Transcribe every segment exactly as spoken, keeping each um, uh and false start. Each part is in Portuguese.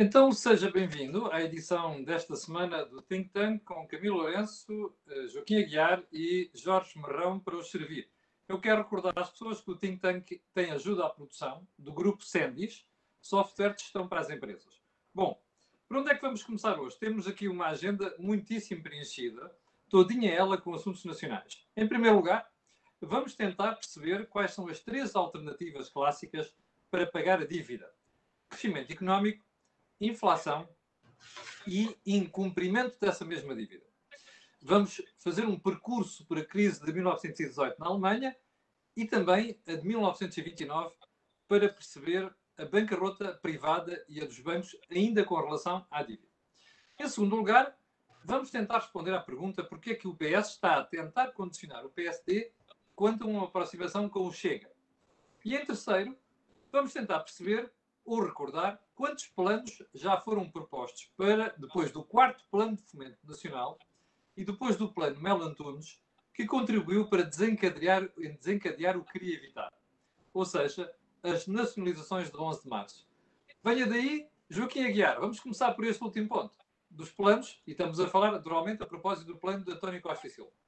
Então, seja bem-vindo à edição desta semana do Think Tank com Camilo Lourenço, Joaquim Aguiar e Jorge Marrão para os servir. Eu quero recordar às pessoas que o Think Tank tem ajuda à produção do grupo Sendis, software de gestão para as empresas. Bom, por onde é que vamos começar hoje? Temos aqui uma agenda muitíssimo preenchida, todinha ela com assuntos nacionais. Em primeiro lugar, vamos tentar perceber quais são as três alternativas clássicas para pagar a dívida: crescimento económico, inflação e incumprimento dessa mesma dívida. Vamos fazer um percurso por a crise de mil novecentos e dezoito na Alemanha e também a de mil novecentos e vinte e nove para perceber a bancarrota privada e a dos bancos ainda com relação à dívida. Em segundo lugar, vamos tentar responder à pergunta porque é que o P S está a tentar condicionar o P S D quanto a uma aproximação com o Chega. E em terceiro, vamos tentar perceber ou recordar quantos planos já foram propostos para, depois do quarto Plano de Fomento Nacional e depois do Plano Melo Antunes, que contribuiu para desencadear, desencadear o que queria evitar. Ou seja, as nacionalizações de onze de março. Venha daí, Joaquim Aguiar. Vamos começar por este último ponto, dos planos, e estamos a falar, naturalmente, a propósito do plano de António Costa e Silva.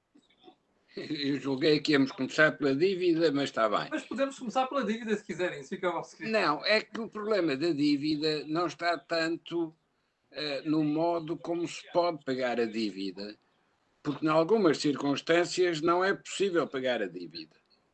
Eu julguei que íamos começar pela dívida, mas está bem. Mas podemos começar pela dívida, se quiserem. Isso fica ao vosso critério. Não, é que o problema da dívida não está tanto uh, no modo como se pode pagar a dívida, porque em algumas circunstâncias não é possível pagar a dívida.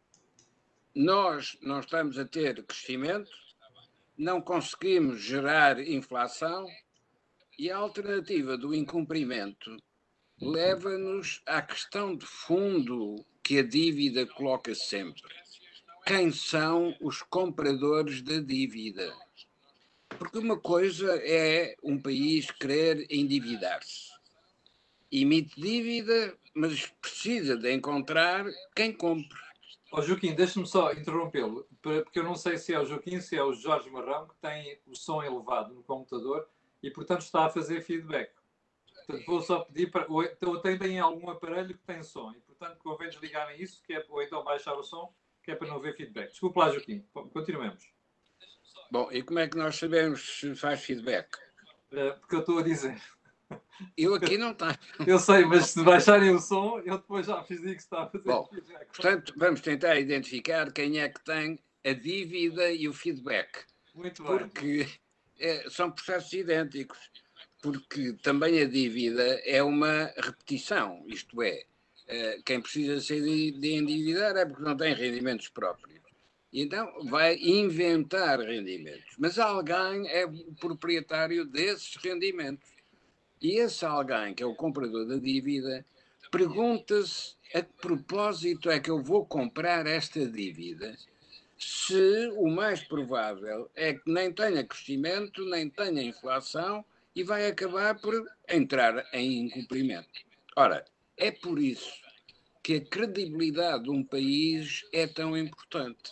Nós não estamos a ter crescimento, não conseguimos gerar inflação e a alternativa do incumprimento leva-nos à questão de fundo que a dívida coloca sempre. Quem são os compradores da dívida? Porque uma coisa é um país querer endividar-se. Emite dívida, mas precisa de encontrar quem compre. Oh, Joaquim, deixa-me só interrompê-lo, porque eu não sei se é o Joaquim, se é o Jorge Marrão, que tem o som elevado no computador e, portanto, está a fazer feedback. Portanto, vou só pedir para... Ou então tem algum aparelho que tem som e, portanto, convém desligarem isso, que é, ou então baixar o som, que é para não haver feedback. Desculpe lá, Joaquim. Continuemos. Bom, e como é que nós sabemos se faz feedback? É, porque eu estou a dizer. Eu aqui não tenho. Eu sei, mas se baixarem o som, eu depois já fiz digo que está a fazer Bom, feedback. Portanto, vamos tentar identificar quem é que tem a dívida e o feedback. Muito bem. Porque é, são processos idênticos. Porque também a dívida é uma repetição, isto é, quem precisa ser de endividar é porque não tem rendimentos próprios. Então vai inventar rendimentos, mas alguém é o proprietário desses rendimentos. E esse alguém, que é o comprador da dívida, pergunta-se a que propósito é que eu vou comprar esta dívida, se o mais provável é que nem tenha crescimento, nem tenha inflação, e vai acabar por entrar em incumprimento. Ora, é por isso que a credibilidade de um país é tão importante.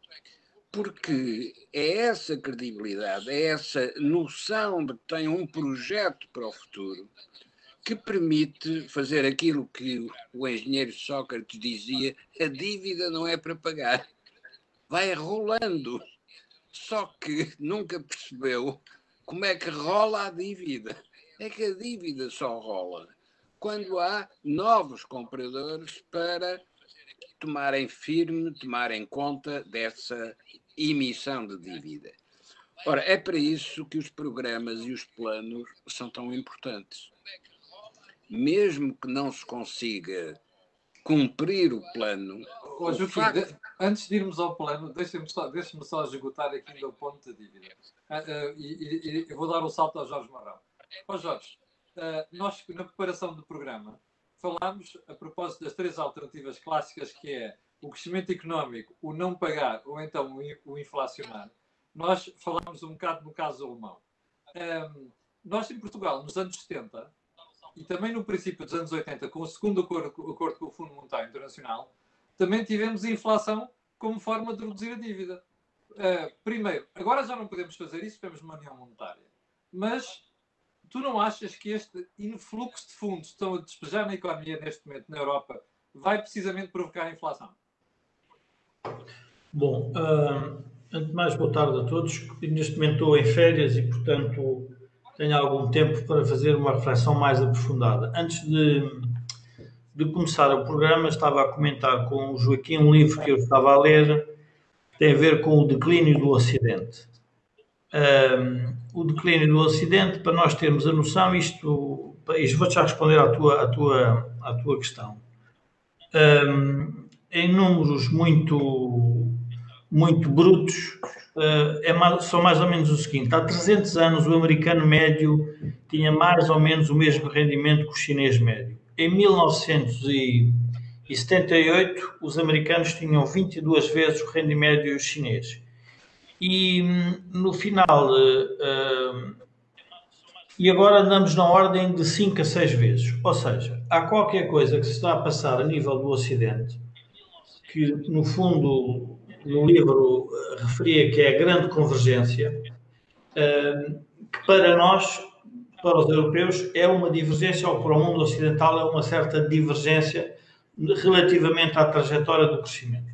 Porque é essa credibilidade, é essa noção de que tem um projeto para o futuro que permite fazer aquilo que o engenheiro Sócrates dizia: a dívida não é para pagar, vai rolando. Só que nunca percebeu como é que rola a dívida. É que a dívida só rola quando há novos compradores para tomarem firme, tomarem conta dessa emissão de dívida. Ora, é para isso que os programas e os planos são tão importantes. Mesmo que não se consiga cumprir o plano... Oh, Joaquim, facto... de, antes de irmos ao plano, deixa-me só, deixa só esgotar aqui do ponto de dívida. Uh, uh, e, e, e vou dar o salto ao Jorge Marrão. Ó oh, Jorge, uh, nós na preparação do programa falámos a propósito das três alternativas clássicas, que é o crescimento económico, o não pagar ou então o inflacionar. Nós falámos um bocado no caso alemão. Um, nós em Portugal, nos anos setenta, e também no princípio dos anos oitenta, com o segundo acordo, acordo com o Fundo Monetário Internacional, também tivemos a inflação como forma de reduzir a dívida. Uh, primeiro, agora já não podemos fazer isso, temos uma união monetária. Mas tu não achas que este influxo de fundos que estão a despejar na economia neste momento na Europa vai precisamente provocar a inflação? Bom, uh, Antes de mais, boa tarde a todos. Neste momento estou em férias e, portanto, tenho algum tempo para fazer uma reflexão mais aprofundada. Antes de, de começar o programa, estava a comentar com o Joaquim um livro que eu estava a ler, que tem a ver com o declínio do Ocidente. Um, o declínio do Ocidente, para nós termos a noção, isto, isto vou já responder à tua, à tua, à tua questão. Um, em números muito, muito brutos, uh, é mais, são mais ou menos o seguinte: há trezentos anos o americano médio tinha mais ou menos o mesmo rendimento que o chinês médio. Em mil novecentos e setenta e oito, os americanos tinham vinte e duas vezes o rendimento médio chinês. E no final, uh, uh, e agora andamos na ordem de cinco a seis vezes. Ou seja, há qualquer coisa que se está a passar a nível do Ocidente, que no fundo no livro uh, referia que é a grande convergência, uh, que para nós, para os europeus, é uma divergência, ou para o mundo ocidental é uma certa divergência relativamente à trajetória do crescimento.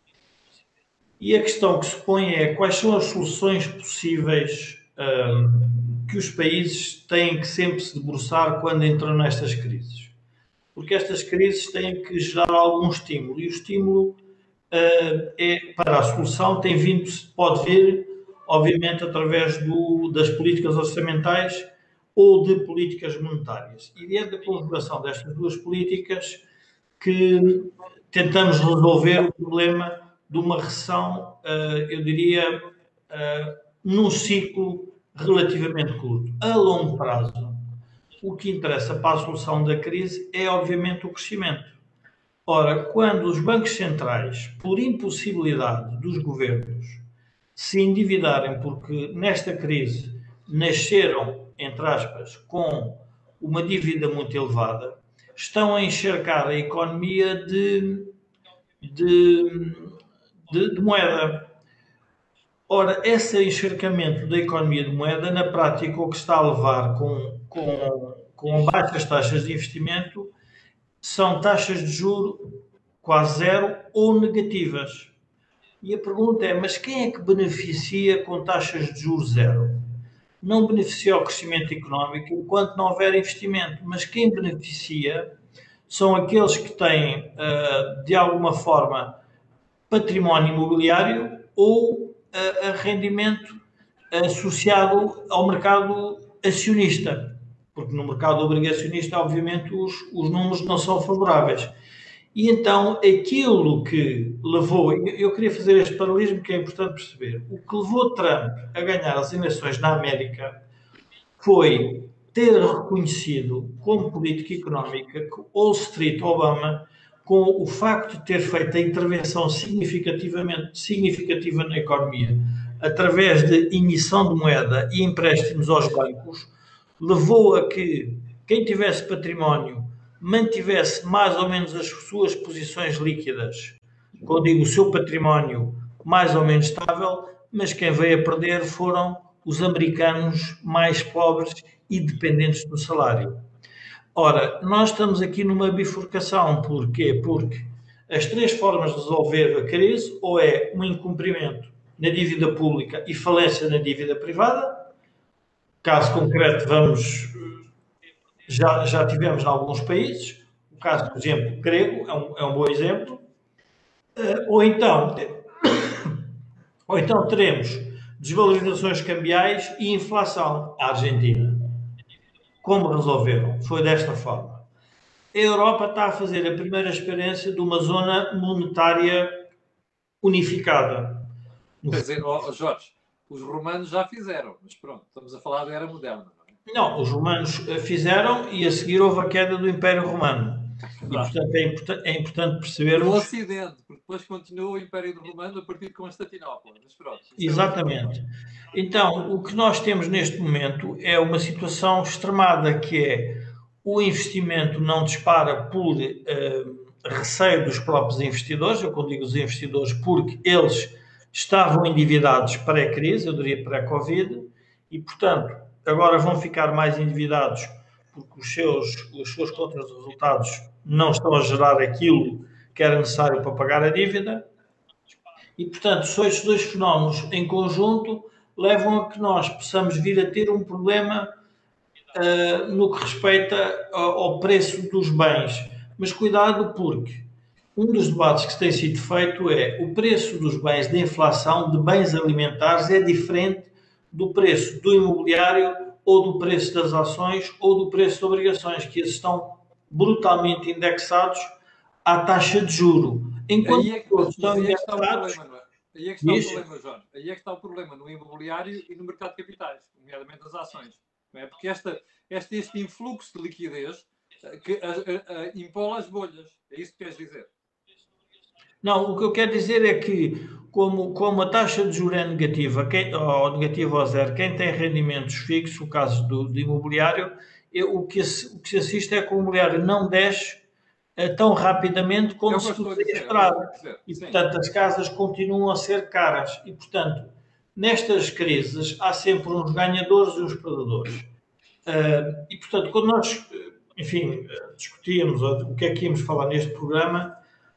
E a questão que se põe é quais são as soluções possíveis um, que os países têm que sempre se debruçar quando entram nestas crises. Porque estas crises têm que gerar algum estímulo. E o estímulo uh, é, para a solução tem vindo, pode vir, obviamente, através do, das políticas orçamentais ou de políticas monetárias. E dentro da conjugação destas duas políticas que tentamos resolver o problema de uma recessão, eu diria, num ciclo relativamente curto. A longo prazo, o que interessa para a solução da crise é, obviamente, o crescimento. Ora, quando os bancos centrais, por impossibilidade dos governos, se endividarem porque nesta crise nasceram, entre aspas, com uma dívida muito elevada, estão a encharcar a economia de... de De, de moeda. Ora, esse encharcamento da economia de moeda, na prática, o que está a levar com, com, com baixas taxas de investimento são taxas de juros quase zero ou negativas. E a pergunta é, mas quem é que beneficia com taxas de juros zero? Não beneficia o crescimento económico enquanto não houver investimento, mas quem beneficia são aqueles que têm, de alguma forma, património imobiliário ou a, a rendimento associado ao mercado acionista, porque no mercado obrigacionista, obviamente, os, os números não são favoráveis. E então, aquilo que levou, eu queria fazer este paralelismo que é importante perceber, o que levou Trump a ganhar as eleições na América foi ter reconhecido como política económica que Wall Street, Obama, com o facto de ter feito a intervenção significativamente significativa na economia, através de emissão de moeda e empréstimos aos bancos, levou a que quem tivesse património mantivesse mais ou menos as suas posições líquidas, quando digo o seu património mais ou menos estável, mas quem veio a perder foram os americanos mais pobres e dependentes do salário. Ora, nós estamos aqui numa bifurcação. Porquê? Porque as três formas de resolver a crise ou é um incumprimento na dívida pública e falência na dívida privada. Caso concreto, vamos, já, já tivemos em alguns países. O caso, por exemplo, grego é um, é um bom exemplo. Ou então, ou então teremos desvalorizações cambiais e inflação. A Argentina. Como resolveram? Foi desta forma. A Europa está a fazer a primeira experiência de uma zona monetária unificada. Quer dizer, oh, Jorge, os romanos já fizeram, mas pronto, estamos a falar da era moderna. Não, não os romanos fizeram e a seguir houve a queda do Império Romano. E, portanto, é, import é importante perceber... No Ocidente, porque depois continua o Império Romano a partir de Constantinopla. Mas pronto, exatamente. Então, o que nós temos neste momento é uma situação extremada, que é o investimento não dispara por uh, receio dos próprios investidores. Eu quando digo os investidores, porque eles estavam endividados pré-crise, eu diria pré-Covid, e, portanto, agora vão ficar mais endividados porque os seus, as suas contas de resultados não estão a gerar aquilo que era necessário para pagar a dívida. E, portanto, só estes dois fenómenos em conjunto levam a que nós possamos vir a ter um problema uh, no que respeita ao, ao preço dos bens. Mas cuidado, porque um dos debates que tem sido feito é o preço dos bens de inflação de bens alimentares é diferente do preço do imobiliário ou do preço das ações ou do preço de obrigações, que estão brutalmente indexados à taxa de juro. Enquanto aí é que, todos estão aí é que está o indexados... problema, não é? Aí é que está o problema, Jorge. Aí é que está o problema no imobiliário e no mercado de capitais, nomeadamente as ações. Não é? Porque esta, este, este influxo de liquidez que a, a, a, impola as bolhas. É isso que queres dizer? Não, o que eu quero dizer é que, como, como a taxa de juros é negativa, quem, ou negativa ao zero, quem tem rendimentos fixos, o caso do, do imobiliário, eu, o, que se, o que se assiste é que o imobiliário não desce uh, tão rapidamente como é se poderia é esperar. E, Sim. Portanto, as casas continuam a ser caras. E, portanto, nestas crises, há sempre uns ganhadores e uns perdedores. Uh, e, portanto, quando nós, enfim, discutíamos o que é que íamos falar neste programa,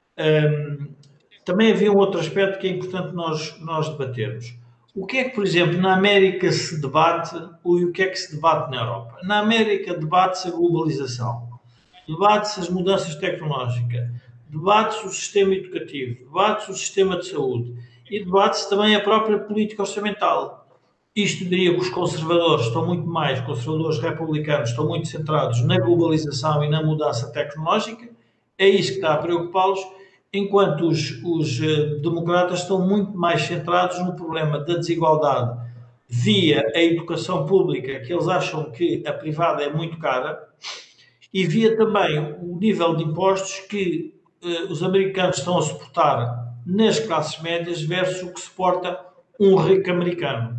Um, também havia um outro aspecto que é importante nós, nós debatermos. O que é que, por exemplo, na América se debate e o que é que se debate na Europa? Na América debate-se a globalização, debate-se as mudanças tecnológicas, debate-se o sistema educativo, debate-se o sistema de saúde e debate-se também a própria política orçamental. Isto diria que os conservadores estão muito mais, conservadores republicanos estão muito centrados na globalização e na mudança tecnológica, é isso que está a preocupá-los, enquanto os, os uh, democratas estão muito mais centrados no problema da desigualdade via a educação pública, que eles acham que a privada é muito cara, e via também o nível de impostos que uh, os americanos estão a suportar nas classes médias versus o que suporta um rico americano.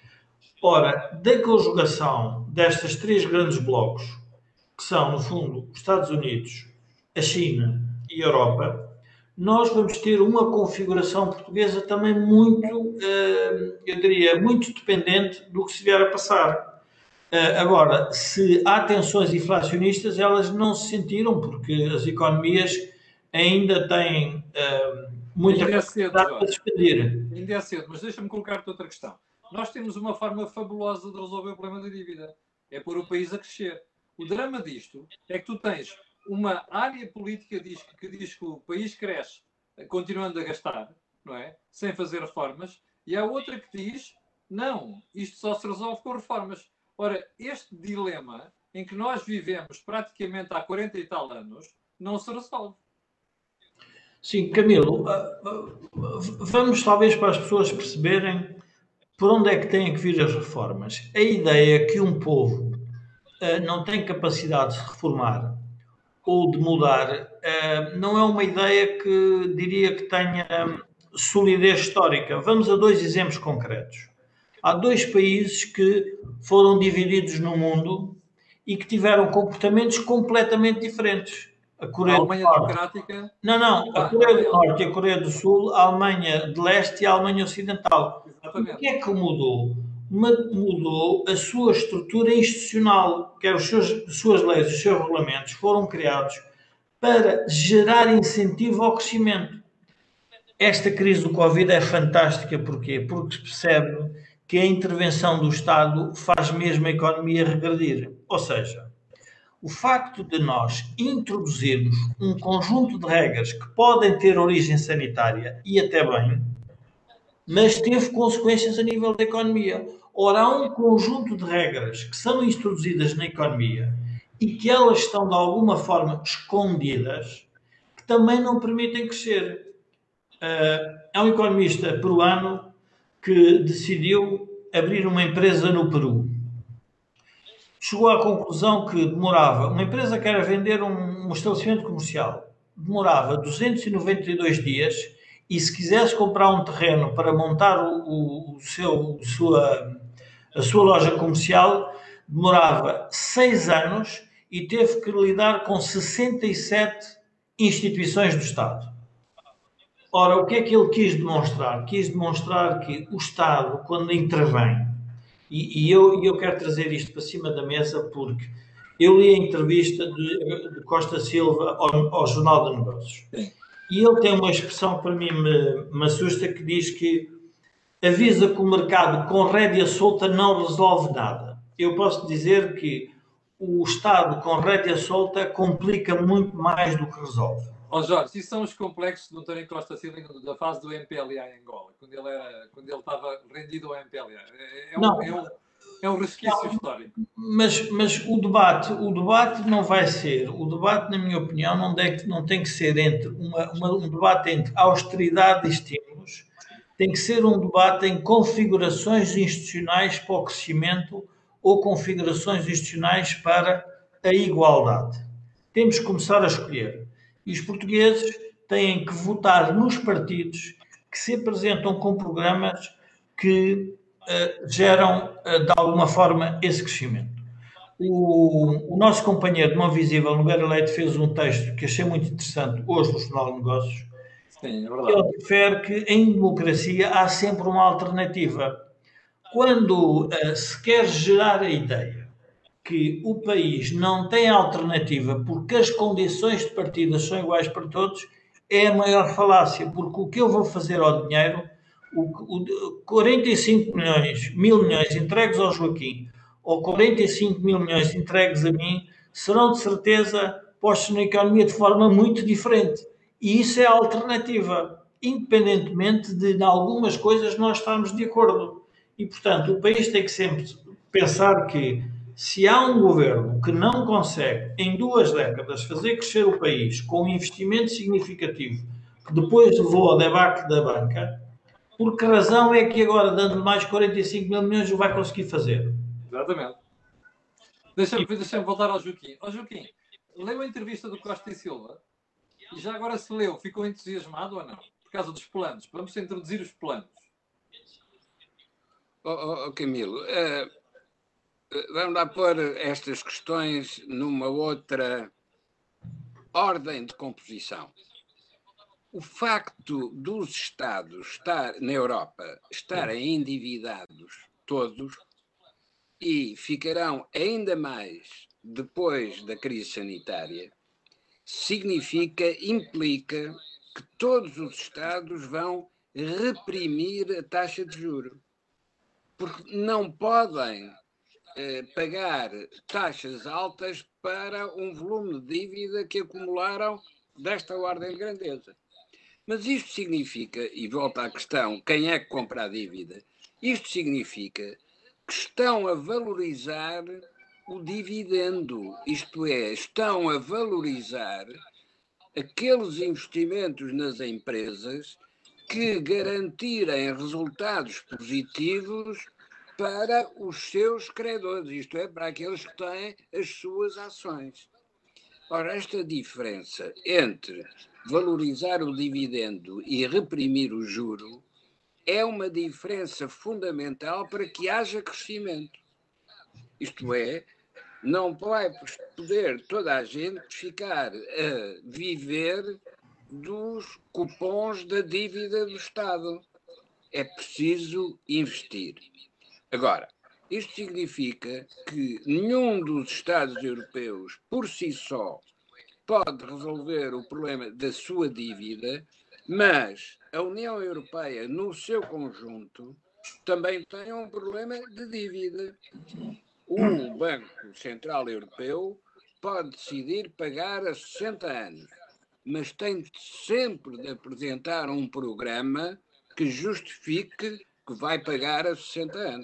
Ora, da conjugação destes três grandes blocos, que são, no fundo, os Estados Unidos, a China e a Europa, nós vamos ter uma configuração portuguesa também muito, eu diria, muito dependente do que se vier a passar. Agora, se há tensões inflacionistas, elas não se sentiram, porque as economias ainda têm muita capacidade para despedir. Ainda é cedo, mas deixa-me colocar-te outra questão. Nós temos uma forma fabulosa de resolver o problema da dívida. É pôr o país a crescer. O drama disto é que tu tens uma área política que diz, que diz que o país cresce continuando a gastar, não é? Sem fazer reformas, e há outra que diz, não, isto só se resolve com reformas. Ora, este dilema em que nós vivemos praticamente há quarenta e tal anos, não se resolve. Sim, Camilo, vamos talvez para as pessoas perceberem por onde é que têm que vir as reformas. A ideia é que um povo não tem capacidade de se reformar ou de mudar, não é uma ideia que diria que tenha solidez histórica. Vamos a dois exemplos concretos. Há dois países que foram divididos no mundo e que tiveram comportamentos completamente diferentes. A Coreia a Alemanha do Norte. Democrática. Não, não. A Coreia do Norte e a Coreia do Sul, a Alemanha de Leste e a Alemanha Ocidental. Exatamente. O que é que mudou? Mudou a sua estrutura institucional, que é os seus, as suas leis, os seus regulamentos foram criados para gerar incentivo ao crescimento. Esta crise do Covid é fantástica, porquê? Porque se percebe que a intervenção do Estado faz mesmo a economia regredir. Ou seja, o facto de nós introduzirmos um conjunto de regras que podem ter origem sanitária, e até bem, mas teve consequências a nível da economia. Ora, há um conjunto de regras que são introduzidas na economia e que elas estão, de alguma forma, escondidas, que também não permitem crescer. Uh, há um economista peruano que decidiu abrir uma empresa no Peru. Chegou à conclusão que demorava, uma empresa que era vender um, um estabelecimento comercial, demorava duzentos e noventa e dois dias, e se quisesse comprar um terreno para montar o, o, o seu, a, sua, a sua loja comercial, demorava seis anos e teve que lidar com sessenta e sete instituições do Estado. Ora, o que é que ele quis demonstrar? Quis demonstrar que o Estado, quando intervém, e, e eu, eu quero trazer isto para cima da mesa porque eu li a entrevista de, de Costa Silva ao, ao Jornal de Negócios. e ele tem uma expressão que para mim me, me assusta, que diz que avisa que o mercado com rédea solta não resolve nada. Eu posso dizer que o Estado com rédea solta complica muito mais do que resolve. Ó oh Jorge, isso são os complexos do António Costa Silva da fase do M P L A em Angola, quando ele, era, quando ele estava rendido ao M P L A. É, é, um, é, um, é um resquício não, histórico. Mas, mas o debate, o debate não vai ser, o debate, na minha opinião, não, deve, não tem que ser entre uma, uma, um debate entre austeridade e estímulos, tem que ser um debate em configurações institucionais para o crescimento ou configurações institucionais para a igualdade. Temos que começar a escolher. E os portugueses têm que votar nos partidos que se apresentam com programas que uh, geram, uh, de alguma forma, esse crescimento. O, o nosso companheiro de Mão Visível, Nogueira Leite, fez um texto que achei muito interessante hoje no Jornal de Negócios. Sim, é verdade. Ele refere que em democracia há sempre uma alternativa. Quando uh, se quer gerar a ideia que o país não tem alternativa porque as condições de partida são iguais para todos, é a maior falácia, porque o que eu vou fazer ao dinheiro, o, o, quarenta e cinco milhões, mil milhões entregues ao Joaquim, ou quarenta e cinco mil milhões entregues a mim, serão de certeza postos na economia de forma muito diferente. E isso é a alternativa, independentemente de, em algumas coisas, nós estarmos de acordo. E, portanto, o país tem que sempre pensar que, se há um governo que não consegue, em duas décadas, fazer crescer o país com um investimento significativo, que depois levou ao debate da banca, por que razão é que agora, dando mais quarenta e cinco mil milhões, o vai conseguir fazer? Exatamente. Deixa-me deixa voltar ao Joaquim. Ó Joaquim, leu a entrevista do Costa e Silva e já agora se leu, ficou entusiasmado ou não? Por causa dos planos. Vamos introduzir os planos. Oh, oh, Camilo, uh, vamos lá pôr estas questões numa outra ordem de composição. O facto dos Estados estar, na Europa estarem endividados todos e ficarão ainda mais depois da crise sanitária, significa, implica que todos os Estados vão reprimir a taxa de juros, porque não podem eh, pagar taxas altas para um volume de dívida que acumularam desta ordem de grandeza. Mas isto significa, e volta à questão, quem é que compra a dívida? Isto significa que estão a valorizar o dividendo, isto é, estão a valorizar aqueles investimentos nas empresas que garantirem resultados positivos para os seus credores, isto é, para aqueles que têm as suas ações. Ora, esta diferença entre valorizar o dividendo e reprimir o juro é uma diferença fundamental para que haja crescimento. Isto é, não vai poder toda a gente ficar a viver dos cupons da dívida do Estado. É preciso investir. Agora, isto significa que nenhum dos Estados europeus, por si só, pode resolver o problema da sua dívida, mas a União Europeia, no seu conjunto, também tem um problema de dívida. O Banco Central Europeu pode decidir pagar a sessenta anos, mas tem sempre de apresentar um programa que justifique que vai pagar a sessenta anos.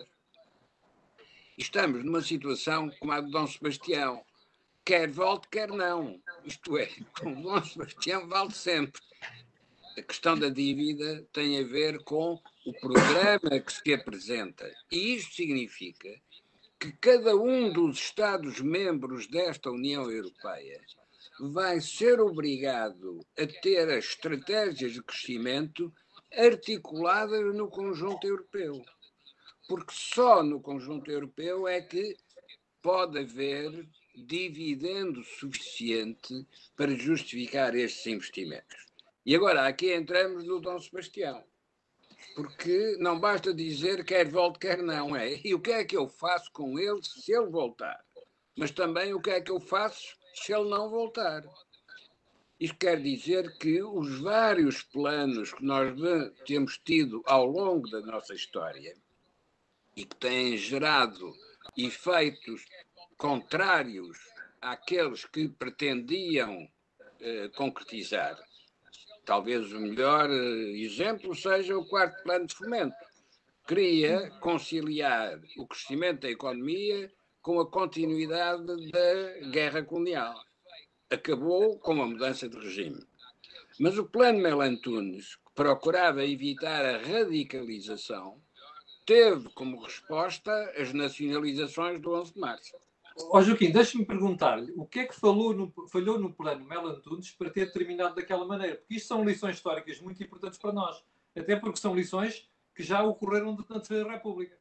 Estamos numa situação como a de Dom Sebastião, quer volte, quer não. Isto é, com Dom Sebastião vale sempre. A questão da dívida tem a ver com o programa que se apresenta. E isto significa que cada um dos Estados-membros desta União Europeia vai ser obrigado a ter as estratégias de crescimento articuladas no conjunto europeu. Porque só no conjunto europeu é que pode haver dividendo suficiente para justificar estes investimentos. E agora aqui entramos no Dom Sebastião, porque não basta dizer quer volte, quer não, é? E o que é que eu faço com ele se ele voltar? Mas também o que é que eu faço se ele não voltar? Isto quer dizer que os vários planos que nós temos tido ao longo da nossa história e que têm gerado efeitos contrários àqueles que pretendiam eh, concretizar. Talvez o melhor eh, exemplo seja o quarto plano de fomento. Queria conciliar o crescimento da economia com a continuidade da guerra colonial. Acabou com a mudança de regime. Mas o plano Melantunes, que procurava evitar a radicalização, teve como resposta as nacionalizações do onze de março. Ó Joaquim, deixe-me perguntar-lhe, o que é que falhou no, falhou no plano Melantunes para ter terminado daquela maneira? Porque isto são lições históricas muito importantes para nós, até porque são lições que já ocorreram na Terceira República.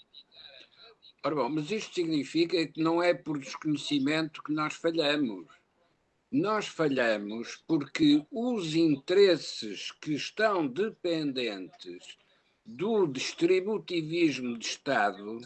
Ora bom, mas isto significa que não é por desconhecimento que nós falhamos. Nós falhamos porque os interesses que estão dependentes do distributivismo de Estado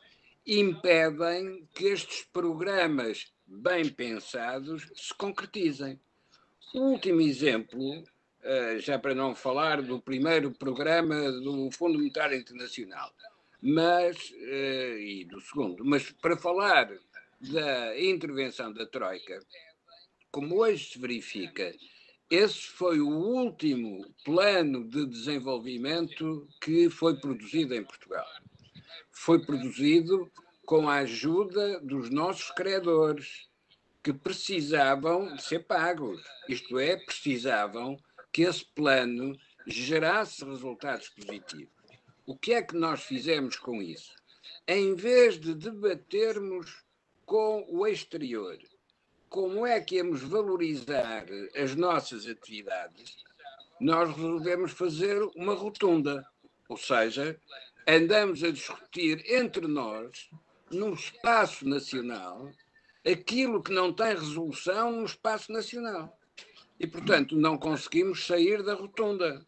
impedem que estes programas bem pensados se concretizem. O último exemplo, já para não falar do primeiro programa do Fundo Monetário Internacional, mas, e do segundo, mas para falar da intervenção da Troika, como hoje se verifica, esse foi o último plano de desenvolvimento que foi produzido em Portugal. Foi produzido com a ajuda dos nossos credores, que precisavam de ser pagos. Isto é, precisavam que esse plano gerasse resultados positivos. O que é que nós fizemos com isso? Em vez de debatermos com o exterior como é que íamos valorizar as nossas atividades, nós resolvemos fazer uma rotunda. Ou seja, andamos a discutir entre nós, num espaço nacional, aquilo que não tem resolução no espaço nacional. E, portanto, não conseguimos sair da rotunda.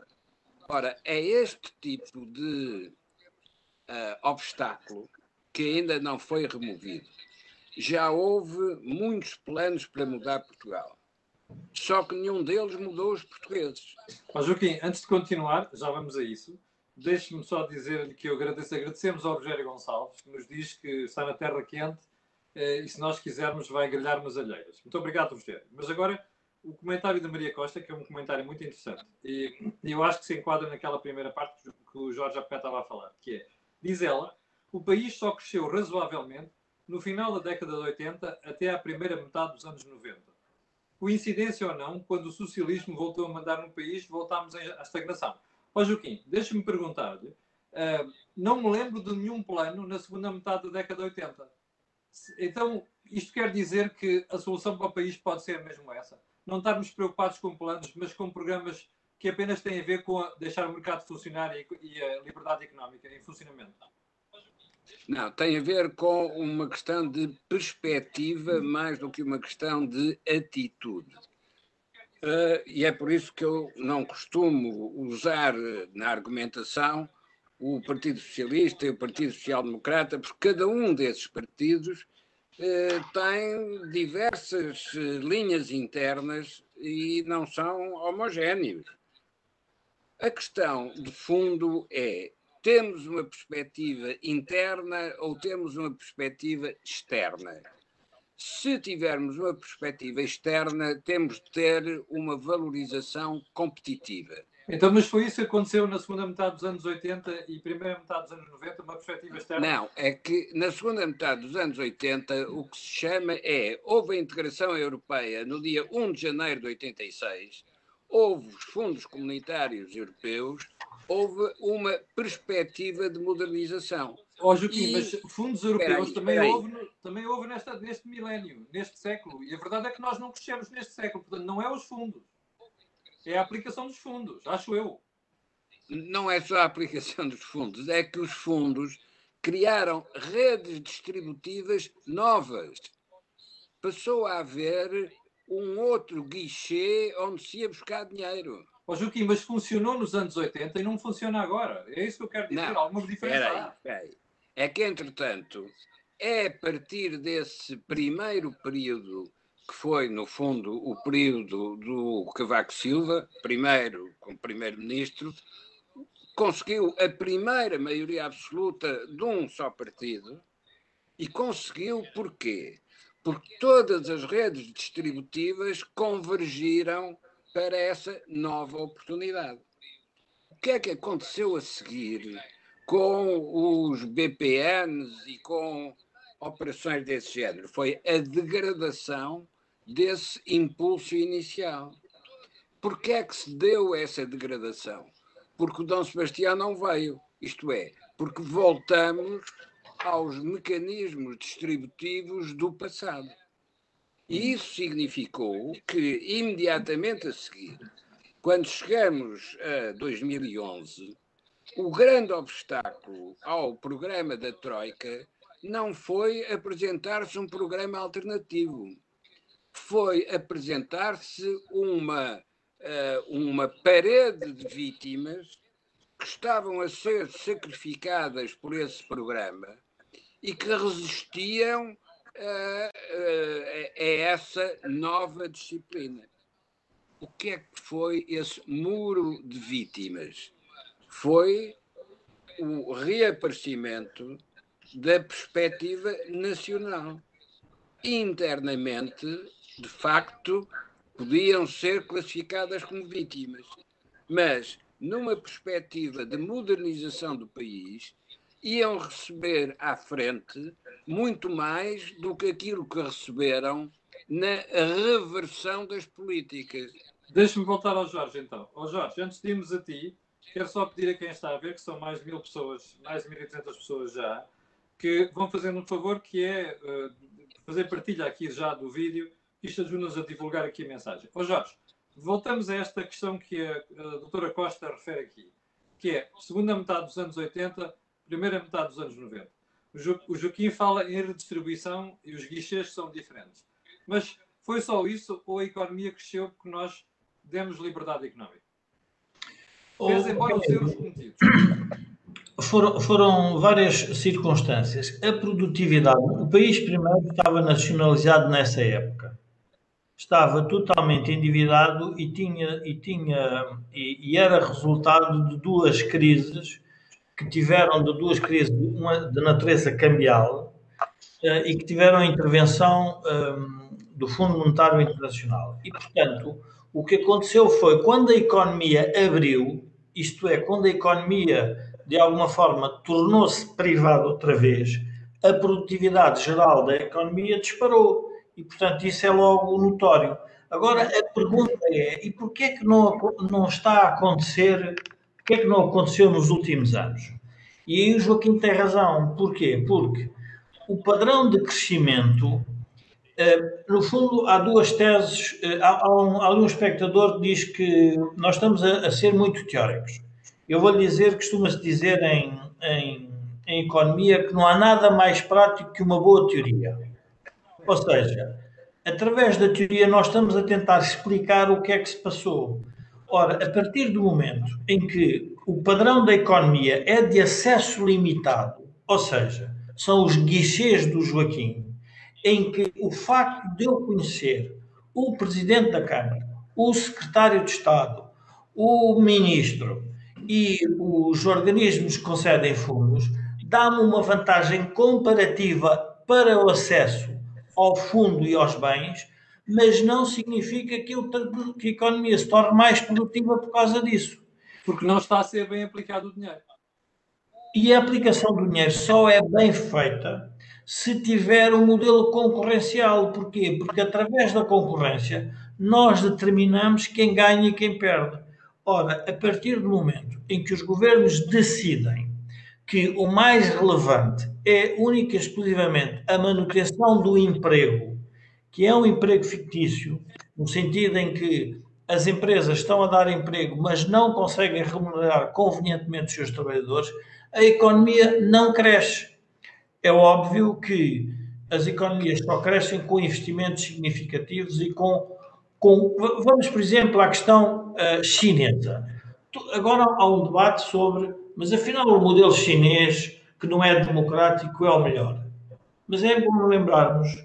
Ora, é este tipo de uh, obstáculo que ainda não foi removido. Já houve muitos planos para mudar Portugal. Só que nenhum deles mudou os portugueses. Ó Joaquim, antes de continuar, já vamos a isso, deixe-me só dizer-lhe que eu agradeço, agradecemos ao Rogério Gonçalves, que nos diz que está na terra quente eh, e se nós quisermos vai grelhar umas alheiras. Muito obrigado, Rogério. Mas agora, o comentário da Maria Costa, que é um comentário muito interessante, e, e eu acho que se enquadra naquela primeira parte que o Jorge Apé estava a falar, que é, diz ela, o país só cresceu razoavelmente no final da década de oitenta até à primeira metade dos anos noventa. Coincidência ou não, quando o socialismo voltou a mandar no país, voltámos à estagnação. Ó Joaquim, deixa-me perguntar-lhe, uh, não me lembro de nenhum plano na segunda metade da década de oitenta. Então, isto quer dizer que a solução para o país pode ser mesmo essa? Não estarmos preocupados com planos, mas com programas que apenas têm a ver com a deixar o mercado funcionar e, e a liberdade económica em funcionamento? Não, tem a ver com uma questão de perspectiva mais do que uma questão de atitude. Uh, e é por isso que eu não costumo usar na argumentação o Partido Socialista e o Partido Social Democrata, porque cada um desses partidos uh, tem diversas uh, linhas internas e não são homogéneos. A questão de fundo é: temos uma perspectiva interna ou temos uma perspectiva externa? Se tivermos uma perspectiva externa, temos de ter uma valorização competitiva. Então, mas foi isso que aconteceu na segunda metade dos anos oitenta e primeira metade dos anos noventa, uma perspectiva externa? Não, é que na segunda metade dos anos oitenta o que se chama é, houve a integração europeia no dia primeiro de janeiro de oitenta e seis, houve os fundos comunitários europeus, houve uma perspectiva de modernização. Ó oh, Joaquim, e... mas fundos europeus aí, também houve, no, também houve nesta, neste milénio, neste século. E a verdade é que nós não crescemos neste século. Portanto, não é os fundos. É a aplicação dos fundos, acho eu. Não é só a aplicação dos fundos, é que os fundos criaram redes distributivas novas. Passou a haver um outro guichê onde se ia buscar dinheiro. Ó oh, Joaquim, mas funcionou nos anos oitenta e não funciona agora. É isso que eu quero dizer. Não, alguma diferença aí, aí. É que, entretanto, é a partir desse primeiro período que foi, no fundo, o período do Cavaco Silva, primeiro como primeiro-ministro, conseguiu a primeira maioria absoluta de um só partido. E conseguiu porquê? Porque todas as redes distributivas convergiram para essa nova oportunidade. O que é que aconteceu a seguir com os B P Ns e com operações desse género? Foi a degradação desse impulso inicial. Porquê é que se deu essa degradação? Porque o Dom Sebastião não veio, isto é, porque voltamos aos mecanismos distributivos do passado. E isso significou que, imediatamente a seguir, quando chegamos a dois mil e onze, o grande obstáculo ao programa da Troika não foi apresentar-se um programa alternativo, foi apresentar-se uma, uma parede de vítimas que estavam a ser sacrificadas por esse programa e que resistiam a, a, a essa nova disciplina. O que é que foi esse muro de vítimas? Foi o reaparecimento da perspectiva nacional. Internamente, de facto, podiam ser classificadas como vítimas, mas numa perspectiva de modernização do país, iam receber à frente muito mais do que aquilo que receberam na reversão das políticas. Deixa-me voltar ao Jorge, então. Ó Jorge, antes de irmos a ti, quero só pedir a quem está a ver, que são mais de mil pessoas, mais de mil e trezentas pessoas já, que vão fazer um favor, que é uh, fazer partilha aqui já do vídeo, isto ajuda-nos a divulgar aqui a mensagem. Ó Jorge, voltamos a esta questão que a, a doutora Costa refere aqui, que é segunda metade dos anos oitenta, primeira metade dos anos noventa. O, jo, o Joaquim fala em redistribuição e os guichês são diferentes. Mas foi só isso ou a economia cresceu porque nós demos liberdade económica? Fez embora os erros cometidos. Foram, foram várias circunstâncias. A produtividade, o país primeiro estava nacionalizado nessa época. Estava totalmente endividado e tinha e tinha e, e era resultado de duas crises que tiveram de duas crises, uma de natureza cambial uh, e que tiveram a intervenção um, do Fundo Monetário Internacional. E, portanto, o que aconteceu foi, quando a economia abriu, isto é, quando a economia, de alguma forma, tornou-se privada outra vez, a produtividade geral da economia disparou. E, portanto, isso é logo notório. Agora, a pergunta é, e porquê é que não, não está a acontecer, porquê é que não aconteceu nos últimos anos? E aí o Joaquim tem razão. Porquê? Porque o padrão de crescimento, no fundo, há duas teses. Há um, há um espectador que diz que nós estamos a, a ser muito teóricos. Eu vou-lhe dizer, costuma-se dizer em, em, em economia que não há nada mais prático que uma boa teoria. Ou seja, através da teoria nós estamos a tentar explicar o que é que se passou. Ora, a partir do momento em que o padrão da economia é de acesso limitado, ou seja, são os guichês do Joaquim, em que o facto de eu conhecer o Presidente da Câmara, o Secretário de Estado, o Ministro e os organismos que concedem fundos, dá-me uma vantagem comparativa para o acesso ao fundo e aos bens, mas não significa que, eu, que a economia se torne mais produtiva por causa disso. Porque não está a ser bem aplicado o dinheiro. E a aplicação do dinheiro só é bem feita se tiver um modelo concorrencial. Porquê? Porque através da concorrência nós determinamos quem ganha e quem perde. Ora, a partir do momento em que os governos decidem que o mais relevante é única e exclusivamente a manutenção do emprego, que é um emprego fictício, no sentido em que as empresas estão a dar emprego, mas não conseguem remunerar convenientemente os seus trabalhadores, a economia não cresce. É óbvio que as economias só crescem com investimentos significativos e com... com vamos, por exemplo, à questão uh, chinesa. Agora há um debate sobre, mas afinal o modelo chinês, que não é democrático, é o melhor. Mas é bom lembrarmos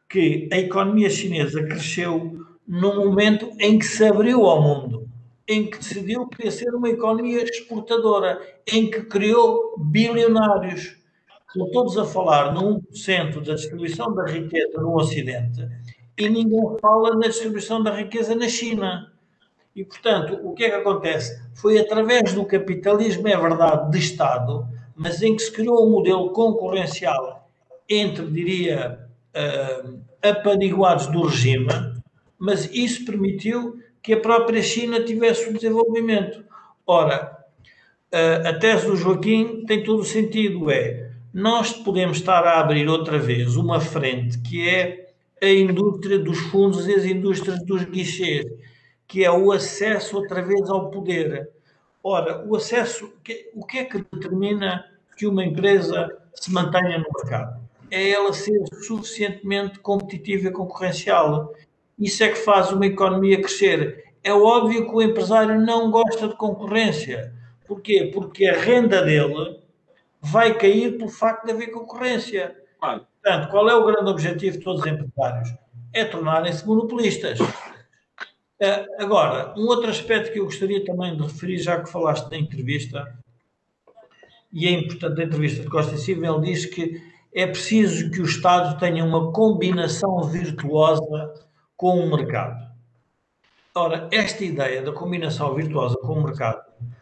que a economia chinesa cresceu num momento em que se abriu ao mundo, em que decidiu que ia ser uma economia exportadora, em que criou bilionários. Estão todos a falar no um por cento da distribuição da riqueza no Ocidente e ninguém fala na distribuição da riqueza na China. E, portanto, o que é que acontece? Foi através do capitalismo, é verdade, de Estado, mas em que se criou um modelo concorrencial entre, diria, uh, apaniguados do regime, mas isso permitiu que a própria China tivesse o desenvolvimento. Ora, uh, a tese do Joaquim tem todo o sentido, é, nós podemos estar a abrir outra vez uma frente que é a indústria dos fundos e as indústrias dos guichês, que é o acesso outra vez ao poder. Ora, o acesso, o que é que determina que uma empresa se mantenha no mercado? É ela ser suficientemente competitiva e concorrencial. Isso é que faz uma economia crescer. É óbvio que o empresário não gosta de concorrência. Porquê? Porque a renda dele vai cair pelo facto de haver concorrência. Portanto, qual é o grande objetivo de todos os empresários? É tornarem-se monopolistas. Uh, agora, um outro aspecto que eu gostaria também de referir, já que falaste da entrevista, e é importante a entrevista de Costa e Silva, ele diz que é preciso que o Estado tenha uma combinação virtuosa com o mercado. Ora, esta ideia da combinação virtuosa com o mercado